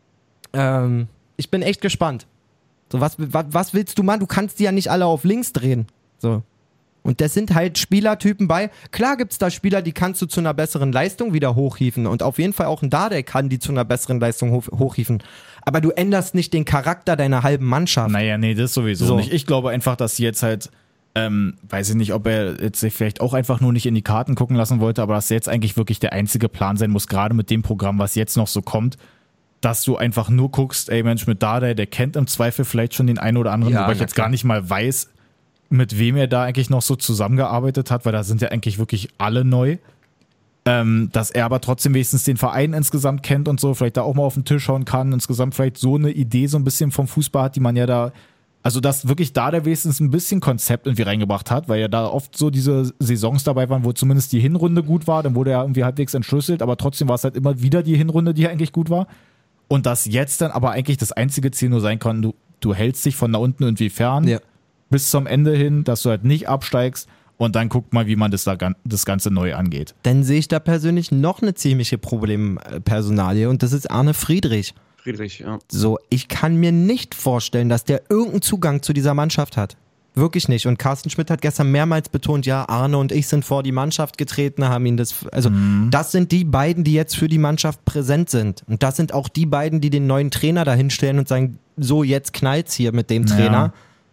Ich bin echt gespannt. So, was willst du machen? Du kannst die ja nicht alle auf links drehen. So. Und das sind halt Spielertypen bei. Klar gibt es da Spieler, die kannst du zu einer besseren Leistung wieder hochhieven. Und auf jeden Fall auch ein Dardai kann die zu einer besseren Leistung hochhieven. Aber du änderst nicht den Charakter deiner halben Mannschaft. Naja, nee, das sowieso nicht. Ich glaube einfach, dass sie jetzt halt, weiß ich nicht, ob er jetzt sich vielleicht auch einfach nur nicht in die Karten gucken lassen wollte, aber dass jetzt eigentlich wirklich der einzige Plan sein muss, gerade mit dem Programm, was jetzt noch so kommt, dass du einfach nur guckst, ey Mensch, mit Dardai, der kennt im Zweifel vielleicht schon den einen oder anderen, wobei ich jetzt gar nicht mal weiß, mit wem er da eigentlich noch so zusammengearbeitet hat, weil da sind ja eigentlich wirklich alle neu. Dass er aber trotzdem wenigstens den Verein insgesamt kennt und so, vielleicht da auch mal auf den Tisch hauen kann, insgesamt vielleicht so eine Idee so ein bisschen vom Fußball hat, die man ja da, also dass wirklich Dardai wenigstens ein bisschen Konzept irgendwie reingebracht hat, weil ja da oft so diese Saisons dabei waren, wo zumindest die Hinrunde gut war, dann wurde er irgendwie halbwegs entschlüsselt, aber trotzdem war es halt immer wieder die Hinrunde, die eigentlich gut war. Und dass jetzt dann aber eigentlich das einzige Ziel nur sein kann, du hältst dich von da unten irgendwie fern, bis zum Ende hin, dass du halt nicht absteigst und dann guckt mal, wie man das Ganze neu angeht. Dann sehe ich da persönlich noch eine ziemliche Problempersonalie und das ist Arne Friedrich. So, ich kann mir nicht vorstellen, dass der irgendeinen Zugang zu dieser Mannschaft hat. Wirklich nicht. Und Carsten Schmidt hat gestern mehrmals betont, ja, Arne und ich sind vor die Mannschaft getreten, haben ihn das sind die beiden, die jetzt für die Mannschaft präsent sind. Und das sind auch die beiden, die den neuen Trainer da hinstellen und sagen, so, jetzt knallt's hier mit dem Trainer.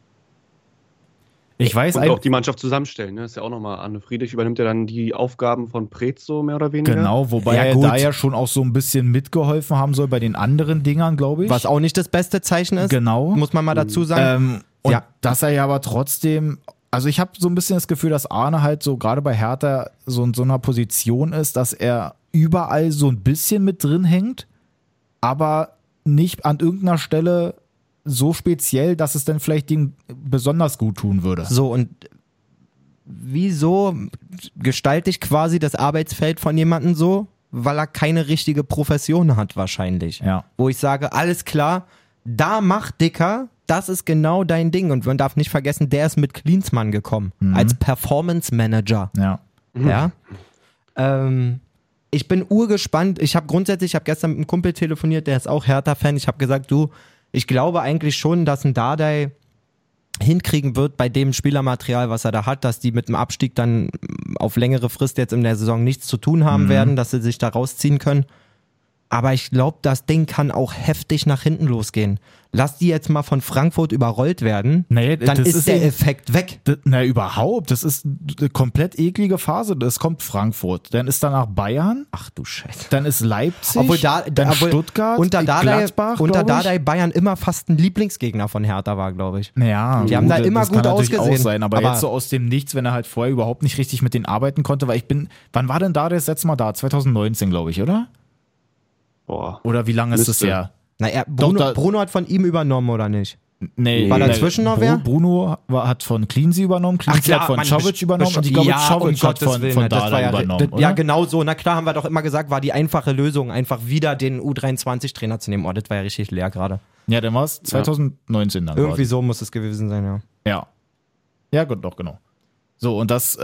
Ich weiß und auch die Mannschaft zusammenstellen, ne? Das ist ja auch nochmal, Arne Friedrich übernimmt ja dann die Aufgaben von Preetz so mehr oder weniger. Genau, wobei er da ja schon auch so ein bisschen mitgeholfen haben soll bei den anderen Dingern, glaube ich. Was auch nicht das beste Zeichen ist. Genau. Muss man mal dazu sagen. Und dass er ja aber trotzdem, also ich habe so ein bisschen das Gefühl, dass Arne halt so gerade bei Hertha so in so einer Position ist, dass er überall so ein bisschen mit drin hängt, aber nicht an irgendeiner Stelle so speziell, dass es dann vielleicht ihm besonders gut tun würde. So, und wieso gestalte ich quasi das Arbeitsfeld von jemandem so? Weil er keine richtige Profession hat wahrscheinlich. Ja. Wo ich sage, alles klar, da mach Dicker, das ist genau dein Ding. Und man darf nicht vergessen, der ist mit Klinsmann gekommen, als Performance Manager. Ja. Ich bin urgespannt. Ich habe gestern mit einem Kumpel telefoniert, der ist auch Hertha-Fan. Ich habe gesagt, ich glaube eigentlich schon, dass ein Dardai hinkriegen wird bei dem Spielermaterial, was er da hat, dass die mit dem Abstieg dann auf längere Frist jetzt in der Saison nichts zu tun haben werden, dass sie sich da rausziehen können. aber ich glaube, das Ding kann auch heftig nach hinten losgehen. Lass die jetzt mal von Frankfurt überrollt werden, dann ist der Effekt weg. Überhaupt. Das ist eine komplett eklige Phase. Es kommt Frankfurt, dann ist danach Bayern. Ach du Scheiße. Dann ist Leipzig, dann Stuttgart, Gladbach. Unter Dardai Bayern immer fast ein Lieblingsgegner von Hertha war, glaube ich. Ja, die haben da immer gut ausgesehen. Auch sein, aber jetzt so aus dem Nichts, wenn er halt vorher überhaupt nicht richtig mit denen arbeiten konnte, weil wann war denn Dardai das letzte Mal da? 2019, glaube ich, oder? Boah. Oder wie lange ist das her? Bruno hat von ihm übernommen, oder nicht? Nee. War dazwischen noch wer? Bruno hat von Cleansy übernommen, Cleansy hat von Czovic übernommen und ich glaube, Czovic hat von Dardai übernommen. Ja, genau so. Na klar, haben wir doch immer gesagt, war die einfache Lösung, einfach wieder den U23-Trainer zu nehmen. Oh, das war ja richtig leer gerade. Ja, dann war es 2019 dann. Irgendwie so muss es gewesen sein, ja. Ja. Ja, gut, doch, genau. So, und das,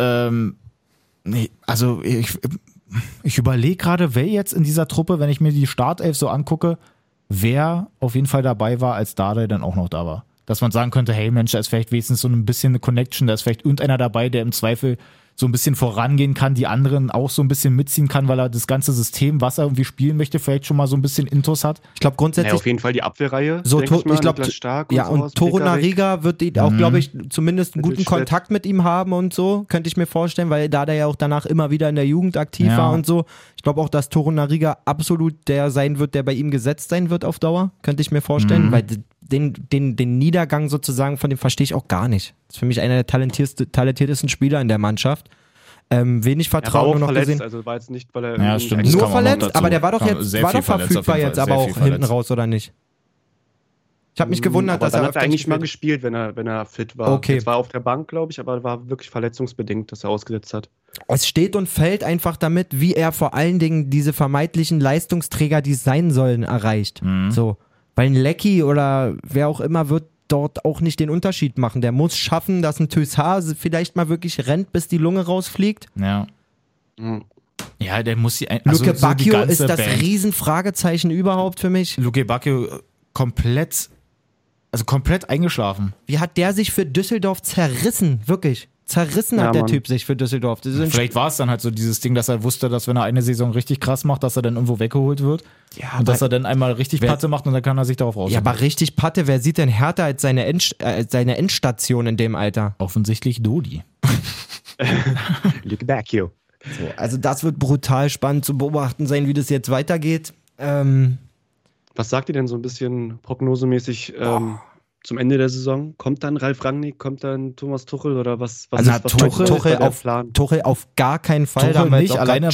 ich überlege gerade, wer jetzt in dieser Truppe, wenn ich mir die Startelf so angucke, wer auf jeden Fall dabei war, als Dardai dann auch noch da war. Dass man sagen könnte, hey Mensch, da ist vielleicht wenigstens so ein bisschen eine Connection, da ist vielleicht irgendeiner dabei, der im Zweifel so ein bisschen vorangehen kann, die anderen auch so ein bisschen mitziehen kann, weil er das ganze System, was er irgendwie spielen möchte, vielleicht schon mal so ein bisschen Intus hat. Ich glaube grundsätzlich... auf jeden Fall die Abwehrreihe, so, ich glaube, ja, und Torunariga wird auch, glaube ich, zumindest einen guten Kontakt mit ihm haben und so, könnte ich mir vorstellen, weil da der ja auch danach immer wieder in der Jugend aktiv war und so. Ich glaube auch, dass Torunariga absolut der sein wird, der bei ihm gesetzt sein wird auf Dauer, könnte ich mir vorstellen, weil den Niedergang sozusagen von dem verstehe ich auch gar nicht. Das ist für mich einer der talentiertesten Spieler in der Mannschaft. Wenig Vertrauen noch verletzt, gesehen. Also war jetzt nicht, weil er stimmt, nur verletzt, aber der war doch verfügbar jetzt, aber auch hinten raus, oder nicht? Ich habe mich gewundert, dass er hat eigentlich mal gespielt, wenn er fit war. Okay. Jetzt war auf der Bank, glaube ich, aber war wirklich verletzungsbedingt, dass er ausgesetzt hat. Es steht und fällt einfach damit, wie er vor allen Dingen diese vermeintlichen Leistungsträger, die es sein sollen, erreicht. So, weil ein Lecky oder wer auch immer wird dort auch nicht den Unterschied machen. Der muss schaffen, dass ein Toussaint vielleicht mal wirklich rennt, bis die Lunge rausfliegt. Ja. Ja, der muss Luke Bacchio ist das Riesenfragezeichen überhaupt für mich. Luke Bacchio komplett eingeschlafen. Wie hat der sich für Düsseldorf zerrissen? Wirklich. Zerrissen hat der Typ sich für Düsseldorf. Vielleicht war es dann halt so dieses Ding, dass er wusste, dass wenn er eine Saison richtig krass macht, dass er dann irgendwo weggeholt wird. Ja, und dass er dann einmal richtig Patte macht und dann kann er sich darauf raus. Ja, aber richtig Patte, wer sieht denn Hertha als seine Endstation in dem Alter? Offensichtlich Dodi. Luke Bacchio. So, also das wird brutal spannend zu beobachten sein, wie das jetzt weitergeht. Was sagt ihr denn so ein bisschen prognosemäßig zum Ende der Saison? Kommt dann Ralf Rangnick, kommt dann Thomas Tuchel oder was? Tuchel auf gar keinen Fall. Tuchel nicht, alleine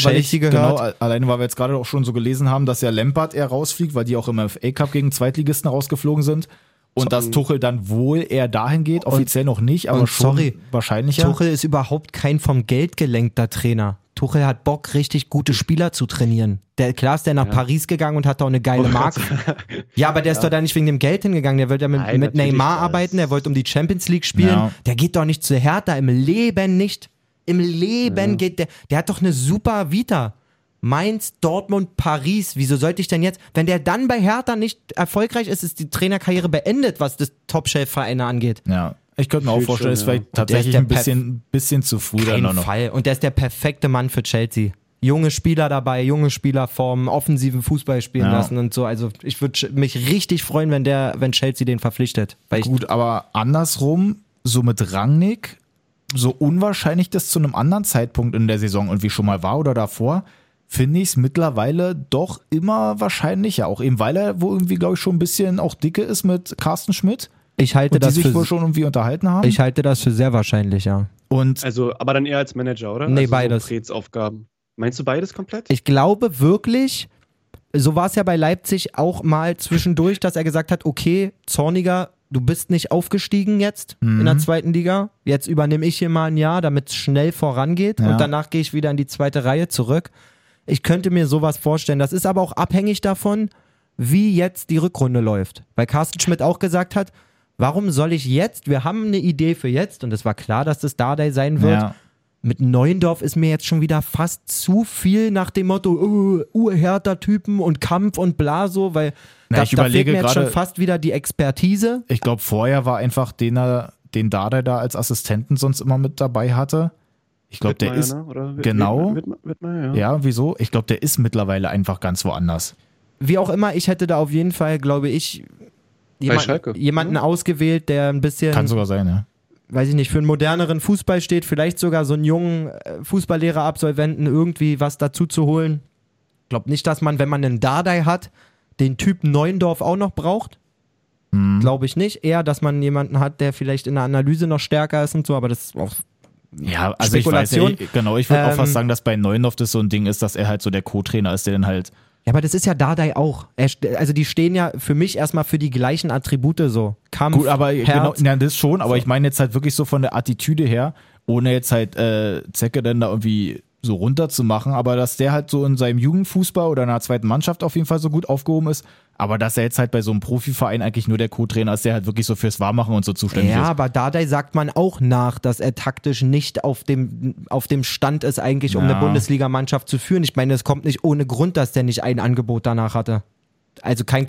weil wir jetzt gerade auch schon so gelesen haben, dass ja Lampard eher rausfliegt, weil die auch im FA Cup gegen Zweitligisten rausgeflogen sind. Und dass Tuchel dann wohl eher dahin geht, offiziell noch nicht, aber schon wahrscheinlicher. Tuchel ist überhaupt kein vom Geld gelenkter Trainer. Tuchel hat Bock, richtig gute Spieler zu trainieren. Klar ist der nach Paris gegangen und hat da auch eine geile Marke. Ja, aber der ist doch da nicht wegen dem Geld hingegangen. Der wollte ja mit Neymar arbeiten, der wollte um die Champions League spielen. Ja. Der geht doch nicht zu Hertha, im Leben nicht. Im Leben geht der hat doch eine super Vita. Mainz, Dortmund, Paris. Wieso sollte ich denn jetzt, wenn der dann bei Hertha nicht erfolgreich ist, ist die Trainerkarriere beendet, was das Top-Shelf-Vereine angeht. Ja. Ich könnte mir auch vorstellen, ist vielleicht tatsächlich ein bisschen zu früh. Auf jeden Fall. Und der ist der perfekte Mann für Chelsea. Junge Spieler dabei, junge Spieler vom offensiven Fußball spielen lassen und so. Also ich würde mich richtig freuen, wenn Chelsea den verpflichtet. Gut, aber andersrum, so mit Rangnick, so unwahrscheinlich das zu einem anderen Zeitpunkt in der Saison irgendwie schon mal war oder davor, finde ich es mittlerweile doch immer wahrscheinlicher. Auch eben, weil er wo irgendwie, glaube ich, schon ein bisschen auch dicke ist mit Carsten Schmidt. Ich halte das die sich wohl schon irgendwie unterhalten haben. Ich halte das für sehr wahrscheinlich, ja. Aber dann eher als Manager, oder? Nee, beides. So Aufgaben. Meinst du beides komplett? Ich glaube wirklich, so war es ja bei Leipzig auch mal zwischendurch, dass er gesagt hat, okay, Zorniger, du bist nicht aufgestiegen jetzt in der zweiten Liga. Jetzt übernehme ich hier mal ein Jahr, damit es schnell vorangeht und danach gehe ich wieder in die zweite Reihe zurück. Ich könnte mir sowas vorstellen. Das ist aber auch abhängig davon, wie jetzt die Rückrunde läuft. Weil Carsten Schmidt auch gesagt hat, warum soll ich jetzt, wir haben eine Idee für jetzt und es war klar, dass das Dardai sein wird. Ja. Mit Neuendorf ist mir jetzt schon wieder fast zu viel nach dem Motto urhärter Typen und Kampf und bla so, weil da fehlt mir jetzt schon fast wieder die Expertise. Ich glaube, vorher war einfach den Dardai da als Assistenten sonst immer mit dabei hatte. Ich glaube, der ist, genau, Wittmeier, ja, wieso? Ich glaube, der ist mittlerweile einfach ganz woanders. wie auch immer, ich hätte da auf jeden Fall, glaube ich, jemanden ausgewählt, der ein bisschen... Kann sogar sein, ja. Weiß ich nicht, für einen moderneren Fußball steht, vielleicht sogar so einen jungen Fußballlehrer-Absolventen irgendwie was dazu zu holen. Ich glaube nicht, dass man, wenn man einen Dardai hat, den Typ Neuendorf auch noch braucht. Glaube ich nicht. Eher, dass man jemanden hat, der vielleicht in der Analyse noch stärker ist und so, aber das ist auch Spekulation. Ich würde auch fast sagen, dass bei Neuendorf das so ein Ding ist, dass er halt so der Co-Trainer ist, der dann halt... Ja, aber das ist ja Dardai auch. Also die stehen ja für mich erstmal für die gleichen Attribute so. Kampf, gut, aber Herz. Genau, ja, das schon, aber ich meine jetzt halt wirklich so von der Attitüde her, ohne jetzt halt Zecke dann da irgendwie so runter zu machen, aber dass der halt so in seinem Jugendfußball oder in einer zweiten Mannschaft auf jeden Fall so gut aufgehoben ist, aber dass er jetzt halt bei so einem Profiverein eigentlich nur der Co-Trainer ist, der halt wirklich so fürs Warmmachen und so zuständig ist. Ja, aber Dardai sagt man auch nach, dass er taktisch nicht auf dem Stand ist, eigentlich um eine Bundesligamannschaft zu führen. Ich meine, es kommt nicht ohne Grund, dass der nicht ein Angebot danach hatte. Also kein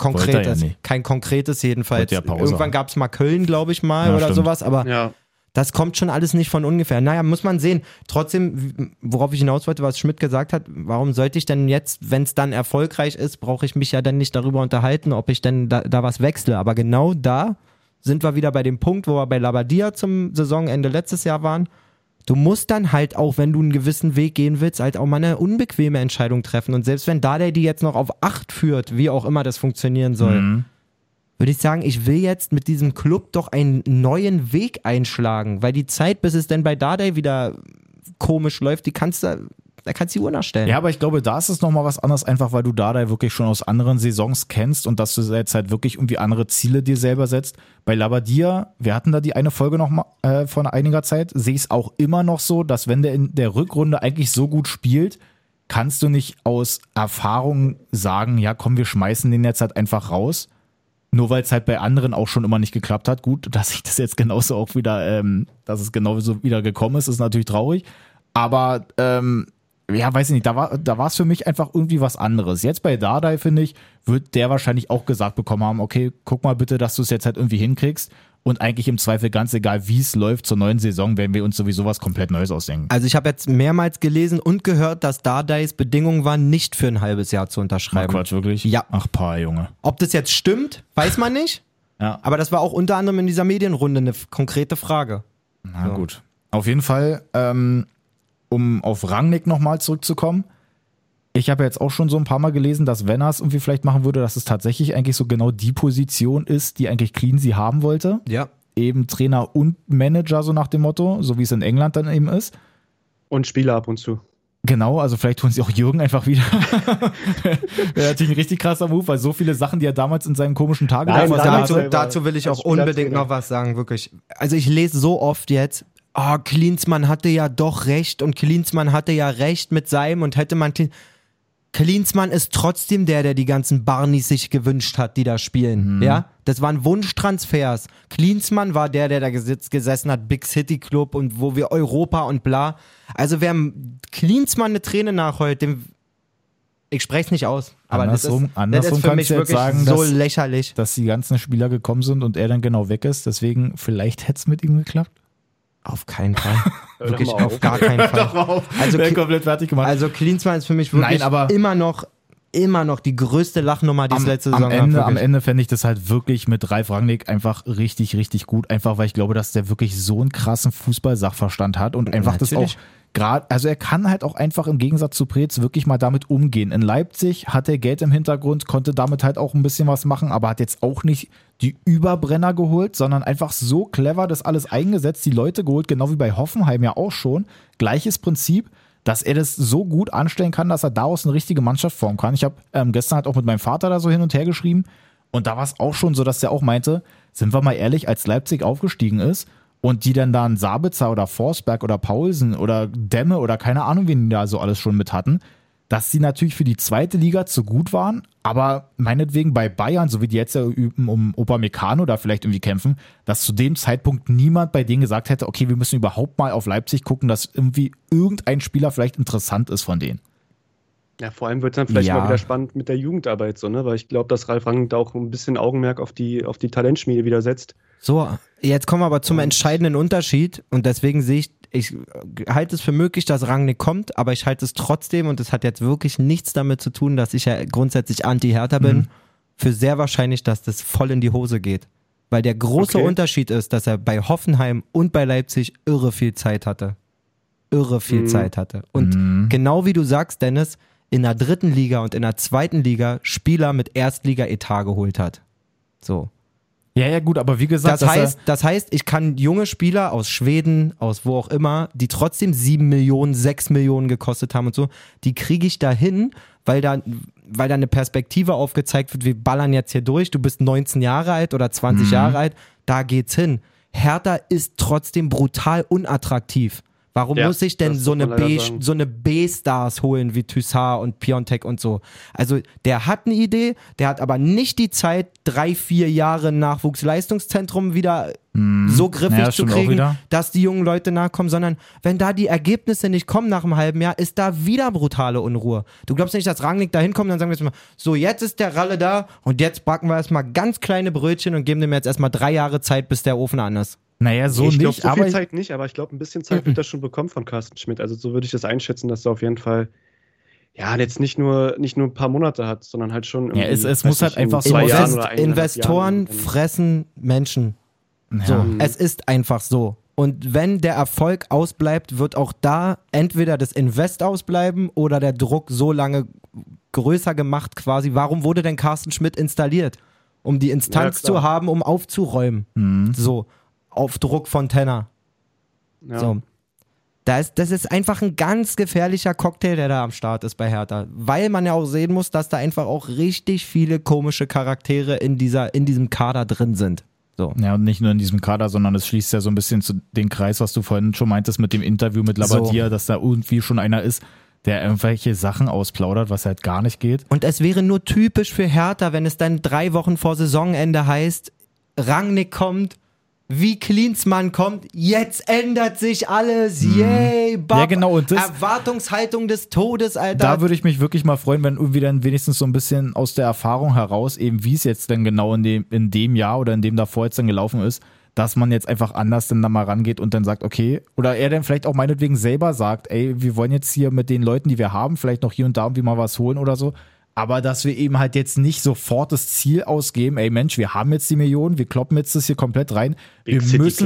konkretes jedenfalls. Irgendwann gab es mal Köln, glaube ich mal, oder sowas, aber das kommt schon alles nicht von ungefähr. Naja, muss man sehen. Trotzdem, worauf ich hinaus wollte, was Schmidt gesagt hat, warum sollte ich denn jetzt, wenn es dann erfolgreich ist, brauche ich mich ja dann nicht darüber unterhalten, ob ich denn da was wechsle. Aber genau da sind wir wieder bei dem Punkt, wo wir bei Labadia zum Saisonende letztes Jahr waren. Du musst dann halt auch, wenn du einen gewissen Weg gehen willst, halt auch mal eine unbequeme Entscheidung treffen. Und selbst wenn Dardai die jetzt noch auf 8 führt, wie auch immer das funktionieren soll, würde ich sagen, ich will jetzt mit diesem Club doch einen neuen Weg einschlagen, weil die Zeit, bis es denn bei Dardai wieder komisch läuft, da kannst du die Uhr nachstellen. Ja, aber ich glaube, da ist es nochmal was anderes, einfach weil du Dardai wirklich schon aus anderen Saisons kennst und dass du jetzt halt wirklich irgendwie andere Ziele dir selber setzt. Bei Labadia, wir hatten da die eine Folge noch mal vor einiger Zeit, sehe ich es auch immer noch so, dass wenn der in der Rückrunde eigentlich so gut spielt, kannst du nicht aus Erfahrung sagen, ja komm, wir schmeißen den jetzt halt einfach raus. Nur weil es halt bei anderen auch schon immer nicht geklappt hat. Gut, dass ich das jetzt genauso auch wieder, dass es genauso wieder gekommen ist natürlich traurig. Aber weiß ich nicht, da war es für mich einfach irgendwie was anderes. Jetzt bei Dardai, finde ich, wird der wahrscheinlich auch gesagt bekommen haben, okay, guck mal bitte, dass du es jetzt halt irgendwie hinkriegst. Und eigentlich im Zweifel ganz egal, wie es läuft zur neuen Saison, werden wir uns sowieso was komplett Neues ausdenken. Also ich habe jetzt mehrmals gelesen und gehört, dass Dardais Bedingungen waren, nicht für ein halbes Jahr zu unterschreiben. Quatsch, wirklich? Ja. Ach, Junge. Ob das jetzt stimmt, weiß man nicht. Ja. Aber das war auch unter anderem in dieser Medienrunde eine konkrete Frage. Na gut. Auf jeden Fall, um auf Rangnick nochmal zurückzukommen, ich habe jetzt auch schon so ein paar Mal gelesen, dass wenn er es irgendwie vielleicht machen würde, dass es tatsächlich eigentlich so genau die Position ist, die eigentlich Cleansey haben wollte. Ja. Eben Trainer und Manager, so nach dem Motto, so wie es in England dann eben ist. Und Spieler ab und zu. Genau, also vielleicht holen sie auch Jürgen einfach wieder. Wäre natürlich ein richtig krasser Move, weil so viele Sachen, die er damals in seinen komischen Tagen dazu will ich auch unbedingt noch was sagen, wirklich. Also ich lese so oft jetzt, Klinsmann hatte ja doch recht und Klinsmann hatte ja recht mit seinem und hätte man... Klinsmann ist trotzdem der die ganzen Barneys sich gewünscht hat, die da spielen. Ja, das waren Wunschtransfers. Klinsmann war der da gesessen hat, Big City Club und wo wir Europa und bla. Also wer Klinsmann eine Träne nachheult, ich spreche es nicht aus. Aber andersrum das ist für mich wirklich sagen, so lächerlich. Dass die ganzen Spieler gekommen sind und er dann genau weg ist. Deswegen, vielleicht hätte es mit ihm geklappt. Auf keinen Fall. Wirklich auf gar keinen Fall. Also komplett fertig gemacht. Also Klinsmann ist für mich wirklich immer noch die größte Lachnummer, die es letzte Saison gab. Am Ende fände ich das halt wirklich mit Ralf Rangnick einfach richtig, richtig gut. Einfach, weil ich glaube, dass der wirklich so einen krassen Fußball-Sachverstand hat und einfach das auch gerade, also er kann halt auch einfach im Gegensatz zu Preetz wirklich mal damit umgehen. In Leipzig hat er Geld im Hintergrund, konnte damit halt auch ein bisschen was machen, aber hat jetzt auch nicht die Überbrenner geholt, sondern einfach so clever das alles eingesetzt, die Leute geholt, genau wie bei Hoffenheim ja auch schon. Gleiches Prinzip, dass er das so gut anstellen kann, dass er daraus eine richtige Mannschaft formen kann. Ich habe gestern halt auch mit meinem Vater da so hin und her geschrieben und da war es auch schon so, dass der auch meinte, sind wir mal ehrlich, als Leipzig aufgestiegen ist und die dann da einen Sabitzer oder Forsberg oder Paulsen oder Demme oder keine Ahnung, wen die da so alles schon mit hatten, dass sie natürlich für die zweite Liga zu gut waren, aber meinetwegen bei Bayern, so wie die jetzt ja üben um Upamecano da vielleicht irgendwie kämpfen, dass zu dem Zeitpunkt niemand bei denen gesagt hätte, okay, wir müssen überhaupt mal auf Leipzig gucken, dass irgendwie irgendein Spieler vielleicht interessant ist von denen. Ja, vor allem wird es dann vielleicht mal wieder spannend mit der Jugendarbeit, so, ne? Weil ich glaube, dass Ralf Rangnick da auch ein bisschen Augenmerk auf die Talentschmiede wieder setzt. So, jetzt kommen wir aber zum entscheidenden Unterschied und deswegen sehe ich ich halte es für möglich, dass Rangnick kommt, aber ich halte es trotzdem, und das hat jetzt wirklich nichts damit zu tun, dass ich ja grundsätzlich Anti-Hertha bin, für sehr wahrscheinlich, dass das voll in die Hose geht. Weil der große Unterschied ist, dass er bei Hoffenheim und bei Leipzig irre viel Zeit hatte. Und genau wie du sagst, Dennis, in der 3. Liga und in der 2. Liga Spieler mit Erstliga-Etat geholt hat. So. Ja, gut, aber wie gesagt... Das heißt, ich kann junge Spieler aus Schweden, aus wo auch immer, die trotzdem 7 Millionen, 6 Millionen gekostet haben und so, die kriege ich da hin, weil da eine Perspektive aufgezeigt wird, wir ballern jetzt hier durch, du bist 19 Jahre alt oder 20 Jahre alt, da geht's hin. Hertha ist trotzdem brutal unattraktiv. Warum muss ich denn so eine B-Stars holen wie Toussaint und Piontek und so? Also der hat eine Idee, der hat aber nicht die Zeit, 3-4 Jahre Nachwuchsleistungszentrum wieder so griffig zu kriegen, dass die jungen Leute nachkommen, sondern wenn da die Ergebnisse nicht kommen nach einem halben Jahr, ist da wieder brutale Unruhe. Du glaubst nicht, dass Rangnick da hinkommt und dann sagen wir jetzt mal, so jetzt ist der Ralle da und jetzt backen wir erstmal ganz kleine Brötchen und geben dem jetzt erstmal 3 Jahre Zeit, bis der Ofen an ist. Naja, so ich nicht. So viel Zeit nicht, aber ich glaube, ein bisschen Zeit wird er schon bekommen von Carsten Schmidt. Also so würde ich das einschätzen, dass er auf jeden Fall jetzt nicht nur ein paar Monate hat, sondern halt schon irgendwie, es muss halt einfach so sein. Investoren fressen Menschen. Ja. So, es ist einfach so. Und wenn der Erfolg ausbleibt, wird auch da entweder das Invest ausbleiben oder der Druck so lange größer gemacht quasi. Warum wurde denn Carsten Schmidt installiert? Um die Instanz zu haben, um aufzuräumen. So. Auf Druck von Tenner. Ja. So. Das ist einfach ein ganz gefährlicher Cocktail, der da am Start ist bei Hertha. Weil man ja auch sehen muss, dass da einfach auch richtig viele komische Charaktere in diesem Kader drin sind. So. Ja, und nicht nur in diesem Kader, sondern es schließt ja so ein bisschen zu den Kreis, was du vorhin schon meintest mit dem Interview mit Labbadia, dass da irgendwie schon einer ist, der irgendwelche Sachen ausplaudert, was halt gar nicht geht. Und es wäre nur typisch für Hertha, wenn es dann 3 Wochen vor Saisonende heißt, Rangnick kommt, wie Klinsmann kommt, jetzt ändert sich alles, yay, ja, genau, und das, Erwartungshaltung des Todes, Alter. Da würde ich mich wirklich mal freuen, wenn irgendwie dann wenigstens so ein bisschen aus der Erfahrung heraus, eben wie es jetzt dann genau in dem Jahr oder in dem davor jetzt dann gelaufen ist, dass man jetzt einfach anders dann da mal rangeht und dann sagt, okay, oder er dann vielleicht auch meinetwegen selber sagt, ey, wir wollen jetzt hier mit den Leuten, die wir haben, vielleicht noch hier und da irgendwie mal was holen oder so, aber dass wir eben halt jetzt nicht sofort das Ziel ausgeben, ey Mensch, wir haben jetzt die Millionen, wir kloppen jetzt das hier komplett rein. Wir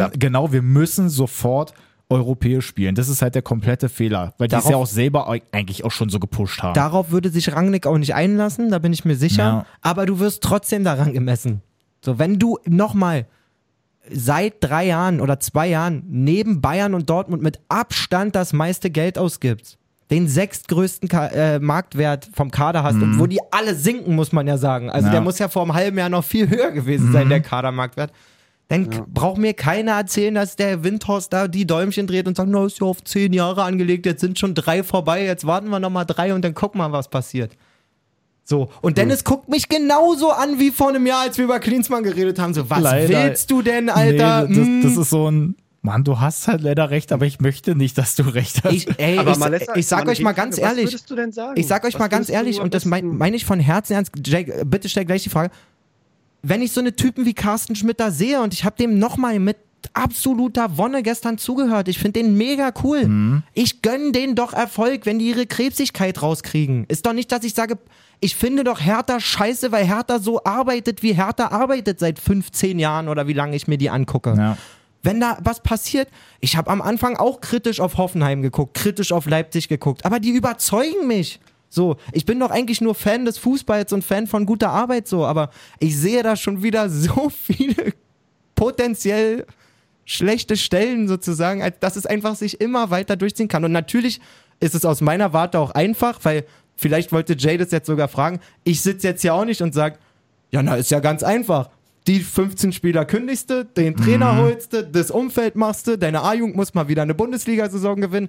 müssen sofort europäisch spielen. Das ist halt der komplette Fehler, weil die es ja auch selber eigentlich auch schon so gepusht haben. Darauf würde sich Rangnick auch nicht einlassen, da bin ich mir sicher, ja. Aber du wirst trotzdem daran gemessen. So, wenn du nochmal seit 3 Jahren oder 2 Jahren neben Bayern und Dortmund mit Abstand das meiste Geld ausgibst, den 6. größten Marktwert vom Kader hast und wo die alle sinken, muss man ja sagen. Also der muss ja vor einem halben Jahr noch viel höher gewesen sein, der Kadermarktwert. Dann braucht mir keiner erzählen, dass der Windhorst da die Däumchen dreht und sagt, na, ist ja auf 10 Jahre angelegt, jetzt sind schon 3 vorbei, jetzt warten wir nochmal 3 und dann gucken wir, was passiert. So, und Dennis guckt mich genauso an wie vor einem Jahr, als wir über Klinsmann geredet haben. So, was willst du denn, Alter? Nee, das ist so ein... Mann, du hast halt leider recht, aber ich möchte nicht, dass du recht hast. Ich sag euch mal ganz ehrlich. Was würdest du denn sagen? Ich sag euch mal ganz ehrlich, und das meine ich von Herzen ernst. Jake, bitte stell gleich die Frage. Wenn ich so eine Typen wie Carsten Schmidt da sehe und ich habe dem nochmal mit absoluter Wonne gestern zugehört, ich finde den mega cool. Ich gönne denen doch Erfolg, wenn die ihre Krebsigkeit rauskriegen. Ist doch nicht, dass ich sage, ich finde doch Hertha scheiße, weil Hertha so arbeitet, wie Hertha arbeitet seit 15 Jahren oder wie lange ich mir die angucke. Ja. Wenn da was passiert, ich habe am Anfang auch kritisch auf Hoffenheim geguckt, kritisch auf Leipzig geguckt, aber die überzeugen mich. So, ich bin doch eigentlich nur Fan des Fußballs und Fan von guter Arbeit so, aber ich sehe da schon wieder so viele potenziell schlechte Stellen sozusagen, als dass es einfach sich immer weiter durchziehen kann. Und natürlich ist es aus meiner Warte auch einfach, weil vielleicht wollte Jay das jetzt sogar fragen, ich sitze jetzt hier auch nicht und sage, ja, na, ist ja ganz einfach. Die 15 Spieler kündigst du, den Trainer holst du, das Umfeld machst du, deine A-Jugend muss mal wieder eine Bundesliga-Saison gewinnen.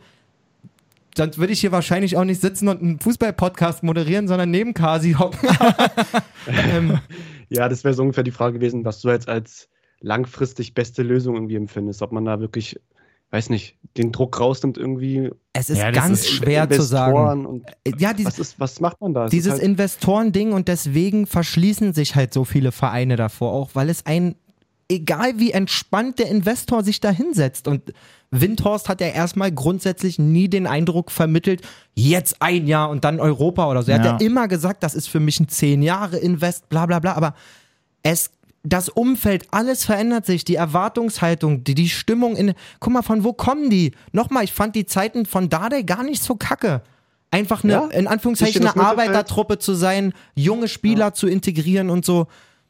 Dann würde ich hier wahrscheinlich auch nicht sitzen und einen Fußball-Podcast moderieren, sondern neben Kasi hocken. Ja, das wäre so ungefähr die Frage gewesen, was du jetzt als langfristig beste Lösung irgendwie empfindest. Ob man da wirklich, weiß nicht, den Druck rausnimmt irgendwie. Es ist ganz schwer zu sagen. Und was macht man da? Dieses Investorending, und deswegen verschließen sich halt so viele Vereine davor auch, weil es egal wie entspannt der Investor sich da hinsetzt. Und Windhorst hat ja erstmal grundsätzlich nie den Eindruck vermittelt, jetzt ein Jahr und dann Europa oder so. Er hat ja immer gesagt, das ist für mich ein 10-Jahre-Invest, bla bla bla, aber das Umfeld, alles verändert sich, die Erwartungshaltung, die Stimmung guck mal, von wo kommen die? Nochmal, ich fand die Zeiten von Dardai gar nicht so kacke. Einfach in Anführungszeichen eine Arbeitertruppe zu sein, junge Spieler zu integrieren und so.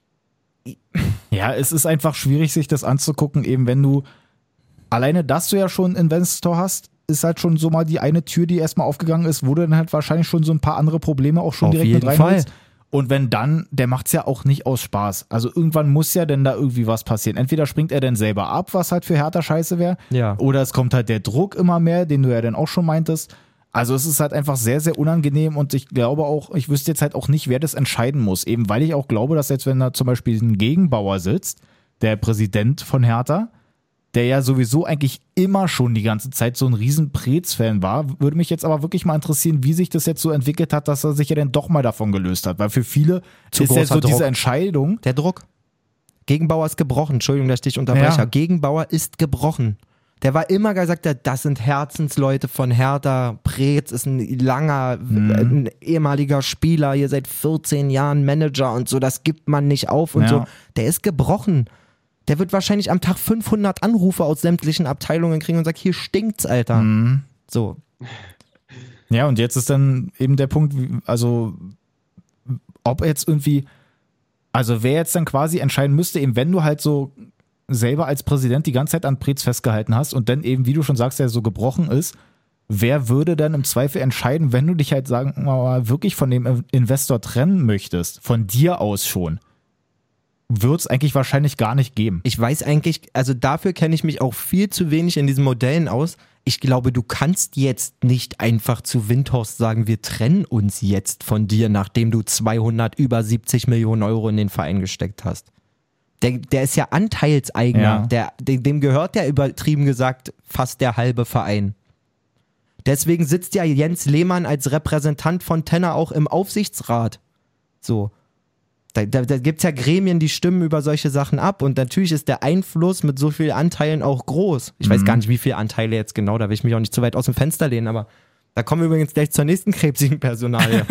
Ja, es ist einfach schwierig, sich das anzugucken, eben wenn du alleine, dass du ja schon einen Investor hast, ist halt schon so mal die eine Tür, die erstmal aufgegangen ist, wo du dann halt wahrscheinlich schon so ein paar andere Probleme auch schon direkt mit reinholst. Und wenn dann, der macht's ja auch nicht aus Spaß. Also irgendwann muss ja denn da irgendwie was passieren. Entweder springt er dann selber ab, was halt für Hertha scheiße wäre, oder es kommt halt der Druck immer mehr, den du ja dann auch schon meintest. Also es ist halt einfach sehr, sehr unangenehm und ich glaube auch, ich wüsste jetzt halt auch nicht, wer das entscheiden muss. Eben weil ich auch glaube, dass jetzt, wenn da zum Beispiel ein Gegenbauer sitzt, der Präsident von Hertha, der ja sowieso eigentlich immer schon die ganze Zeit so ein riesen Preetz-Fan war, würde mich jetzt aber wirklich mal interessieren, wie sich das jetzt so entwickelt hat, dass er sich ja dann doch mal davon gelöst hat. Weil für viele ist ja so diese Entscheidung. Der Druck. Gegenbauer ist gebrochen. Entschuldigung, dass ich dich unterbreche. Ja. Gegenbauer ist gebrochen. Der war immer gesagt, das sind Herzensleute von Hertha. Preetz ist ein ein ehemaliger Spieler, hier seit 14 Jahren Manager und so, das gibt man nicht auf und so. Der ist gebrochen. Der wird wahrscheinlich am Tag 500 Anrufe aus sämtlichen Abteilungen kriegen und sagt, hier stinkt's, Alter. So. Ja, und jetzt ist dann eben der Punkt, also ob jetzt irgendwie, also wer jetzt dann quasi entscheiden müsste, eben wenn du halt so selber als Präsident die ganze Zeit an Preetz festgehalten hast und dann eben, wie du schon sagst, der so gebrochen ist, wer würde dann im Zweifel entscheiden, wenn du dich halt, sagen wir mal, wirklich von dem Investor trennen möchtest, von dir aus schon? Wird es eigentlich wahrscheinlich gar nicht geben. Ich weiß eigentlich, also dafür kenne ich mich auch viel zu wenig in diesen Modellen aus. Ich glaube, du kannst jetzt nicht einfach zu Windhorst sagen, wir trennen uns jetzt von dir, nachdem du 270 Millionen Euro in den Verein gesteckt hast. Der ist ja Anteilseigner, dem gehört ja übertrieben gesagt fast der halbe Verein. Deswegen sitzt ja Jens Lehmann als Repräsentant von Tenner auch im Aufsichtsrat. So. Da gibt es ja Gremien, die stimmen über solche Sachen ab und natürlich ist der Einfluss mit so vielen Anteilen auch groß. Ich weiß gar nicht, wie viele Anteile jetzt genau, da will ich mich auch nicht zu weit aus dem Fenster lehnen, aber da kommen wir übrigens gleich zur nächsten krebsigen Personalie.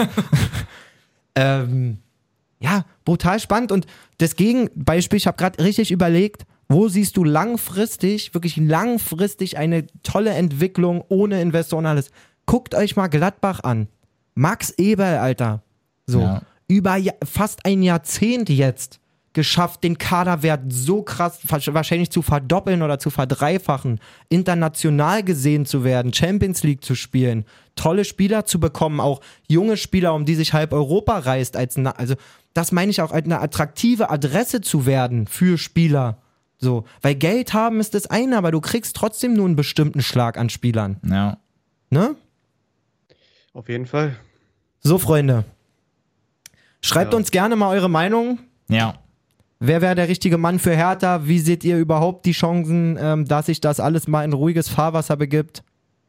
Ja, brutal spannend und das Gegenbeispiel, ich habe gerade richtig überlegt, wo siehst du langfristig, wirklich langfristig eine tolle Entwicklung ohne Investor und alles. Guckt euch mal Gladbach an. Max Eberl, Alter. So. Ja. Über fast ein Jahrzehnt jetzt geschafft, den Kaderwert so krass wahrscheinlich zu verdoppeln oder zu verdreifachen, international gesehen zu werden, Champions League zu spielen, tolle Spieler zu bekommen, auch junge Spieler, um die sich halb Europa reist. Also das meine ich auch, als eine attraktive Adresse zu werden für Spieler. So, weil Geld haben ist das eine, aber du kriegst trotzdem nur einen bestimmten Schlag an Spielern. Ja. Ne? Auf jeden Fall. So, Freunde. Schreibt uns gerne mal eure Meinung. Ja. Wer wäre der richtige Mann für Hertha? Wie seht ihr überhaupt die Chancen, dass sich das alles mal in ruhiges Fahrwasser begibt?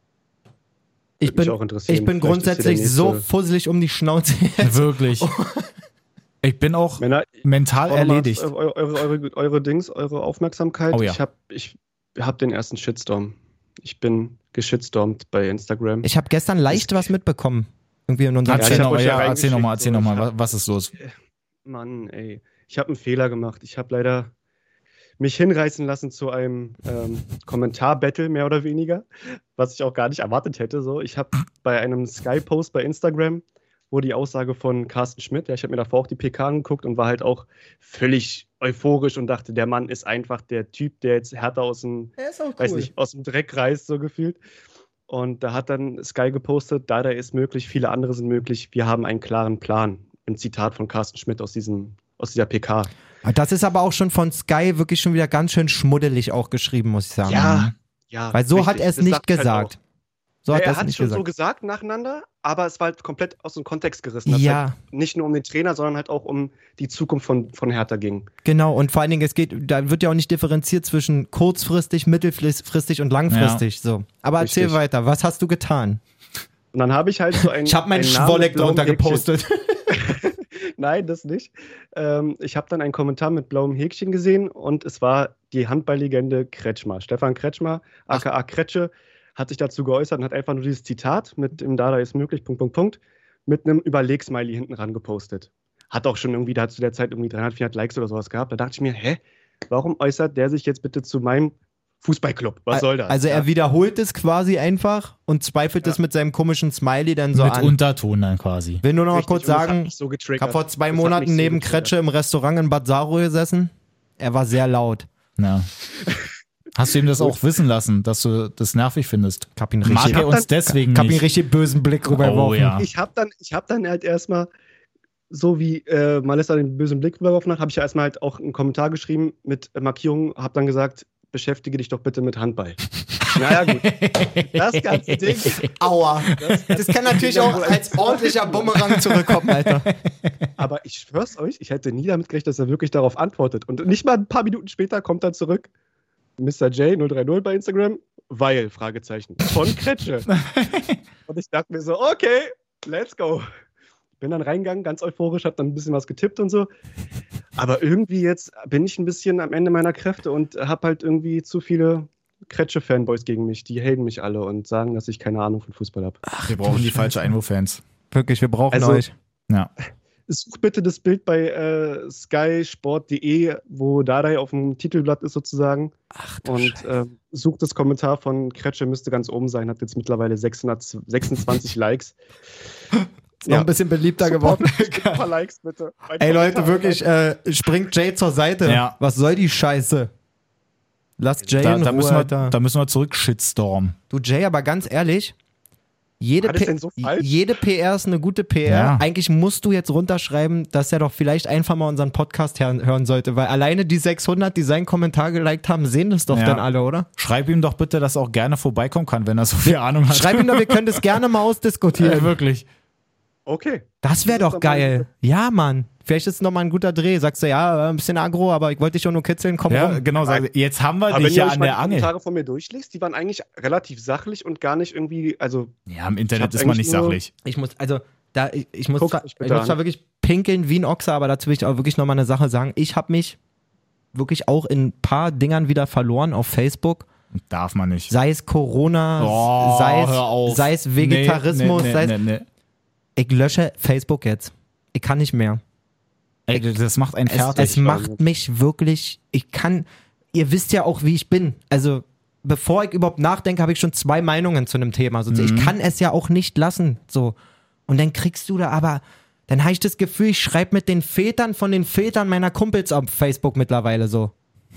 Ich bin grundsätzlich so fusselig um die Schnauze jetzt. Wirklich. Ich bin auch mental erledigt. Eure Aufmerksamkeit. Oh ja. Ich hab den ersten Shitstorm. Ich bin geschitstormt bei Instagram. Ich habe gestern leicht was mitbekommen. Irgendwie in unserem Erzähl nochmal, was ist los? Mann, ey. Ich habe einen Fehler gemacht. Ich habe leider mich hinreißen lassen zu einem Kommentar-Battle, mehr oder weniger, was ich auch gar nicht erwartet hätte. So. Ich habe bei einem Sky-Post bei Instagram, wo die Aussage von Carsten Schmidt, ich habe mir davor auch die PK angeguckt und war halt auch völlig euphorisch und dachte, der Mann ist einfach der Typ, der jetzt Hertha aus dem Dreck reißt, so gefühlt. Und da hat dann Sky gepostet, da ist möglich, viele andere sind möglich, wir haben einen klaren Plan. Ein Zitat von Carsten Schmidt aus dieser PK. Das ist aber auch schon von Sky wirklich schon wieder ganz schön schmuddelig auch geschrieben, muss ich sagen. Ja. Weil so richtig, hat er es nicht gesagt. So er hat es schon so gesagt nacheinander, aber es war halt komplett aus dem Kontext gerissen. Dass halt nicht nur um den Trainer, sondern halt auch um die Zukunft von Hertha ging. Genau, und vor allen Dingen, da wird ja auch nicht differenziert zwischen kurzfristig, mittelfristig und langfristig. Ja. So. Aber erzähl weiter, was hast du getan? Und dann habe ich halt so ich habe meinen Schwolleck drunter gepostet. Nein, das nicht. Ich habe dann einen Kommentar mit blauem Häkchen gesehen und es war die Handballlegende Kretschmer. Stefan Kretschmer, aka Kretsche, hat sich dazu geäußert und hat einfach nur dieses Zitat mit dem Dada ist möglich, ... mit einem Überleg-Smiley hinten ran gepostet. Hat auch schon irgendwie, da hat zu der Zeit irgendwie 300, 400 Likes oder sowas gehabt. Da dachte ich mir, warum äußert der sich jetzt bitte zu meinem Fußballclub? Was soll das? Also er wiederholt es quasi einfach und zweifelt es mit seinem komischen Smiley dann so an. Mit Unterton dann quasi. Will nur noch mal kurz sagen, ich habe vor 2 Monaten neben Kretsche im Restaurant in Bad Saro gesessen. Er war sehr laut. Ja. Hast du ihm das auch wissen lassen, dass du das nervig findest? Ich hab ihn richtig bösen Blick rübergeworfen. Ja. Ich hab dann halt erstmal, so wie Malessa den bösen Blick rübergeworfen hat, habe ich ja erstmal halt auch einen Kommentar geschrieben mit Markierung, hab dann gesagt, beschäftige dich doch bitte mit Handball. Naja, gut. Das ganze Ding. Aua. Das kann natürlich auch als ordentlicher Bumerang zurückkommen, Alter. Aber ich schwör's euch, ich hätte nie damit gerechnet, dass er wirklich darauf antwortet. Und nicht mal ein paar Minuten später kommt er zurück. Mr. J030 bei Instagram, weil, Fragezeichen, von Kretsche. Und ich dachte mir so, okay, let's go. Bin dann reingegangen, ganz euphorisch, hab dann ein bisschen was getippt und so. Aber irgendwie jetzt bin ich ein bisschen am Ende meiner Kräfte und hab halt irgendwie zu viele Kretsche-Fanboys gegen mich. Die haten mich alle und sagen, dass ich keine Ahnung von Fußball habe. Wir brauchen die falsche Einwurf-Fans. Wirklich, wir brauchen euch. Ja. Such bitte das Bild bei skysport.de, wo Dardai auf dem Titelblatt ist sozusagen. Ach, und such das Kommentar von Kretsche, müsste ganz oben sein, hat jetzt mittlerweile 626 Likes. Ist noch ein bisschen beliebter geworden. Ein paar Likes bitte. Ey Leute, wirklich, springt Jay zur Seite. Ja. Was soll die Scheiße? Lass Jay in Ruhe, da müssen wir zurück Shitstorm. Du Jay, aber ganz ehrlich, jede PR ist eine gute PR. Ja. Eigentlich musst du jetzt runterschreiben, dass er doch vielleicht einfach mal unseren Podcast hören sollte, weil alleine die 600, die seinen Kommentar geliked haben, sehen das doch dann alle, oder? Schreib ihm doch bitte, dass er auch gerne vorbeikommen kann, wenn er so viel Ahnung hat. Schreib ihm doch, wir können das gerne mal ausdiskutieren. Wirklich. Okay. Das wäre doch geil. Ja, Mann. Vielleicht ist es nochmal ein guter Dreh. Sagst du, ja, ein bisschen aggro, aber ich wollte dich auch nur kitzeln, komm rum. Genau, jetzt haben wir dich ja an der Angel. Wenn du die Kommentare von mir durchliest, die waren eigentlich relativ sachlich und gar nicht irgendwie, also... Ja, im Internet ist man nicht sachlich. Ich muss zwar wirklich pinkeln wie ein Ochse, aber dazu will ich auch wirklich nochmal eine Sache sagen. Ich habe mich wirklich auch in ein paar Dingern wieder verloren auf Facebook. Darf man nicht. Sei es Corona, sei es Vegetarismus, Ich lösche Facebook jetzt. Ich kann nicht mehr. Ey, das macht einen fertig. Es macht mich wirklich, ihr wisst ja auch, wie ich bin. Also, bevor ich überhaupt nachdenke, habe ich schon 2 Meinungen zu einem Thema. Ich kann es ja auch nicht lassen. So. Und dann kriegst du dann habe ich das Gefühl, ich schreibe mit den Vätern von den Vätern meiner Kumpels auf Facebook mittlerweile so.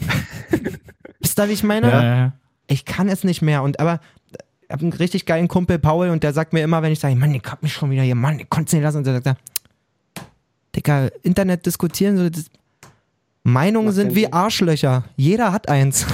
Wisst ihr, wie ich meine? Ja. Ich kann es nicht mehr. Aber ich habe einen richtig geilen Kumpel, Paul, und der sagt mir immer, wenn ich sage, Mann, ich hab mich schon wieder hier, Mann, ich konnte es nicht lassen. Und der sagt, Digga, Internet diskutieren, so, Meinungen sind wie Arschlöcher. Jeder hat eins.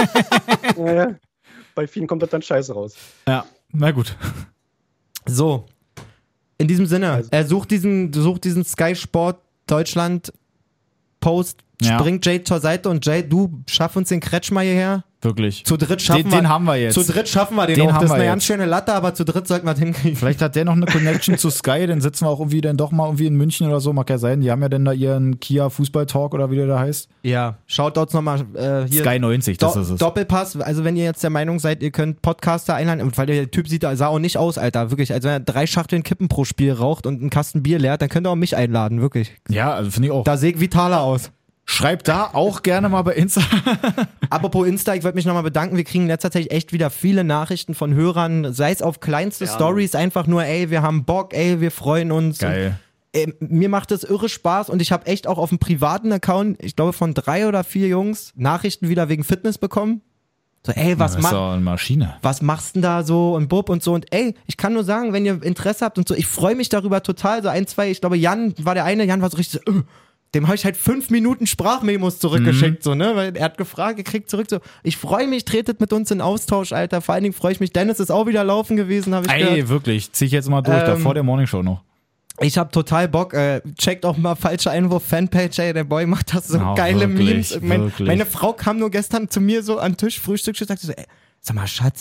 Ja. Bei vielen kommt das dann scheiße raus. Ja, na gut. So, in diesem Sinne, er sucht diesen Sky Sport Deutschland Post, springt Jay zur Seite und Jay, du schaff uns den Kretschmer hierher. Wirklich. Zu dritt schaffen den haben wir jetzt. Zu dritt schaffen wir den auch. Das ist eine ganz schöne Latte, aber zu dritt sollten wir den hinkriegen. Vielleicht hat der noch eine Connection zu Sky, dann sitzen wir auch irgendwie dann doch mal irgendwie in München oder so, mag ja sein. Die haben ja dann da ihren Kia Fußball Talk oder wie der da heißt. Ja, Shoutouts nochmal hier. Sky 90, das ist es. Doppelpass, also wenn ihr jetzt der Meinung seid, ihr könnt Podcaster einladen, weil der Typ sah auch nicht aus, Alter, wirklich. Also wenn er 3 Schachteln Kippen pro Spiel raucht und einen Kasten Bier leert, dann könnt ihr auch mich einladen, wirklich. Ja, also finde ich auch. Da sehe ich vitaler aus. Schreibt da auch gerne mal bei Insta. Apropos Insta, ich wollte mich nochmal bedanken. Wir kriegen in letzter Zeit echt wieder viele Nachrichten von Hörern, sei es auf kleinste Stories, einfach nur, ey, wir haben Bock, ey, wir freuen uns. Geil. Und, mir macht das irre Spaß und ich habe echt auch auf dem privaten Account, ich glaube von 3 oder 4 Jungs, Nachrichten wieder wegen Fitness bekommen. So, ey, was machst denn da so und Bub und so und ey, ich kann nur sagen, wenn ihr Interesse habt und so, ich freue mich darüber total, so 1, 2, ich glaube Jan war so richtig so, dem habe ich halt 5 Minuten Sprachmemos zurückgeschickt, so, ne, weil er hat gefragt, gekriegt zurück, so, ich freue mich, tretet mit uns in Austausch, Alter, vor allen Dingen freue ich mich, Dennis ist auch wieder laufen gewesen, habe ich gehört. Ey, wirklich, zieh ich jetzt mal durch, da vor der Morningshow noch. Ich hab total Bock, checkt auch mal falscher Einwurf Fanpage, ey, der Boy macht das so geile wirklich, Memes. Meine Frau kam nur gestern zu mir so an den Tisch, Frühstück, und sagte so, ey, sag mal, Schatz,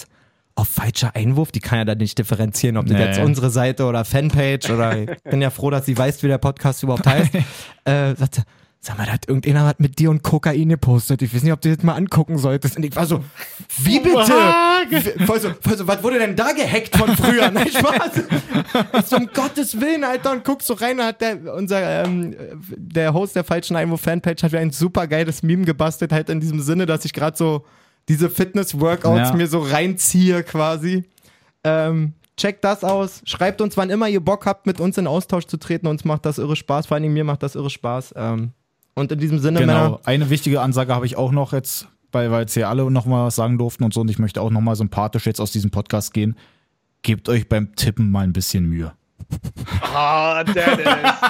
auf falscher Einwurf, die kann ja da nicht differenzieren, ob das jetzt unsere Seite oder Fanpage oder ich bin ja froh, dass sie weiß, wie der Podcast überhaupt heißt. Sagte, sag mal, da hat irgendjemand was mit dir und Kokain gepostet. Ich weiß nicht, ob du das mal angucken solltest. Und ich war so, wie bitte? Voll so, was wurde denn da gehackt von früher? Nein, Spaß. Ich so, um Gottes Willen, Alter. Und guck so rein, da hat der Host der falschen Einwurf-Fanpage hat mir ein super geiles Meme gebastelt, halt in diesem Sinne, dass ich gerade so diese Fitness-Workouts mir so reinziehe quasi. Checkt das aus. Schreibt uns, wann immer ihr Bock habt, mit uns in Austausch zu treten. Uns macht das irre Spaß. Vor allem mir macht das irre Spaß. Und in diesem Sinne, Männer. Eine wichtige Ansage habe ich auch noch jetzt, weil jetzt hier alle nochmal was sagen durften und so. Und ich möchte auch nochmal sympathisch jetzt aus diesem Podcast gehen. Gebt euch beim Tippen mal ein bisschen Mühe. Dennis.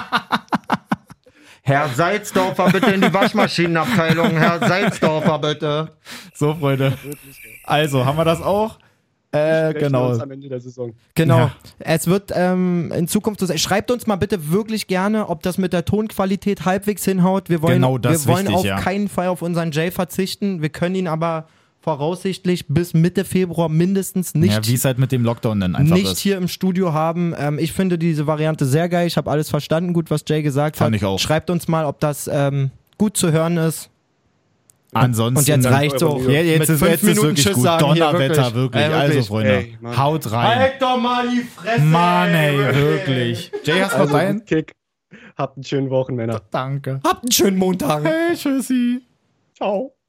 Herr Salzdorfer, bitte in die Waschmaschinenabteilung. Herr Salzdorfer, bitte. So, Freunde. Also, haben wir das auch? Genau. Uns am Ende der Saison. Genau. Ja. Es wird in Zukunft so sein. Schreibt uns mal bitte wirklich gerne, ob das mit der Tonqualität halbwegs hinhaut. Wir wollen, auf keinen Fall auf unseren Jay verzichten. Wir können ihn aber voraussichtlich bis Mitte Februar mindestens nicht. Ja, wie es halt mit dem Lockdown dann einfach nicht ist. Hier im Studio haben. Ich finde diese Variante sehr geil. Ich habe alles verstanden, gut, was Jay gesagt hat. Ich auch. Schreibt uns mal, ob das gut zu hören ist. Ansonsten. Und jetzt reicht so. Jetzt ist wirklich gut. Donnerwetter, wirklich. Also, Freunde, ey, haut rein. Halt doch mal die Fresse. Mann, ey, wirklich. Jay, hast du noch rein? Kick. Habt einen schönen Wochenende. Danke. Habt einen schönen Montag. Hey, tschüssi. Ciao.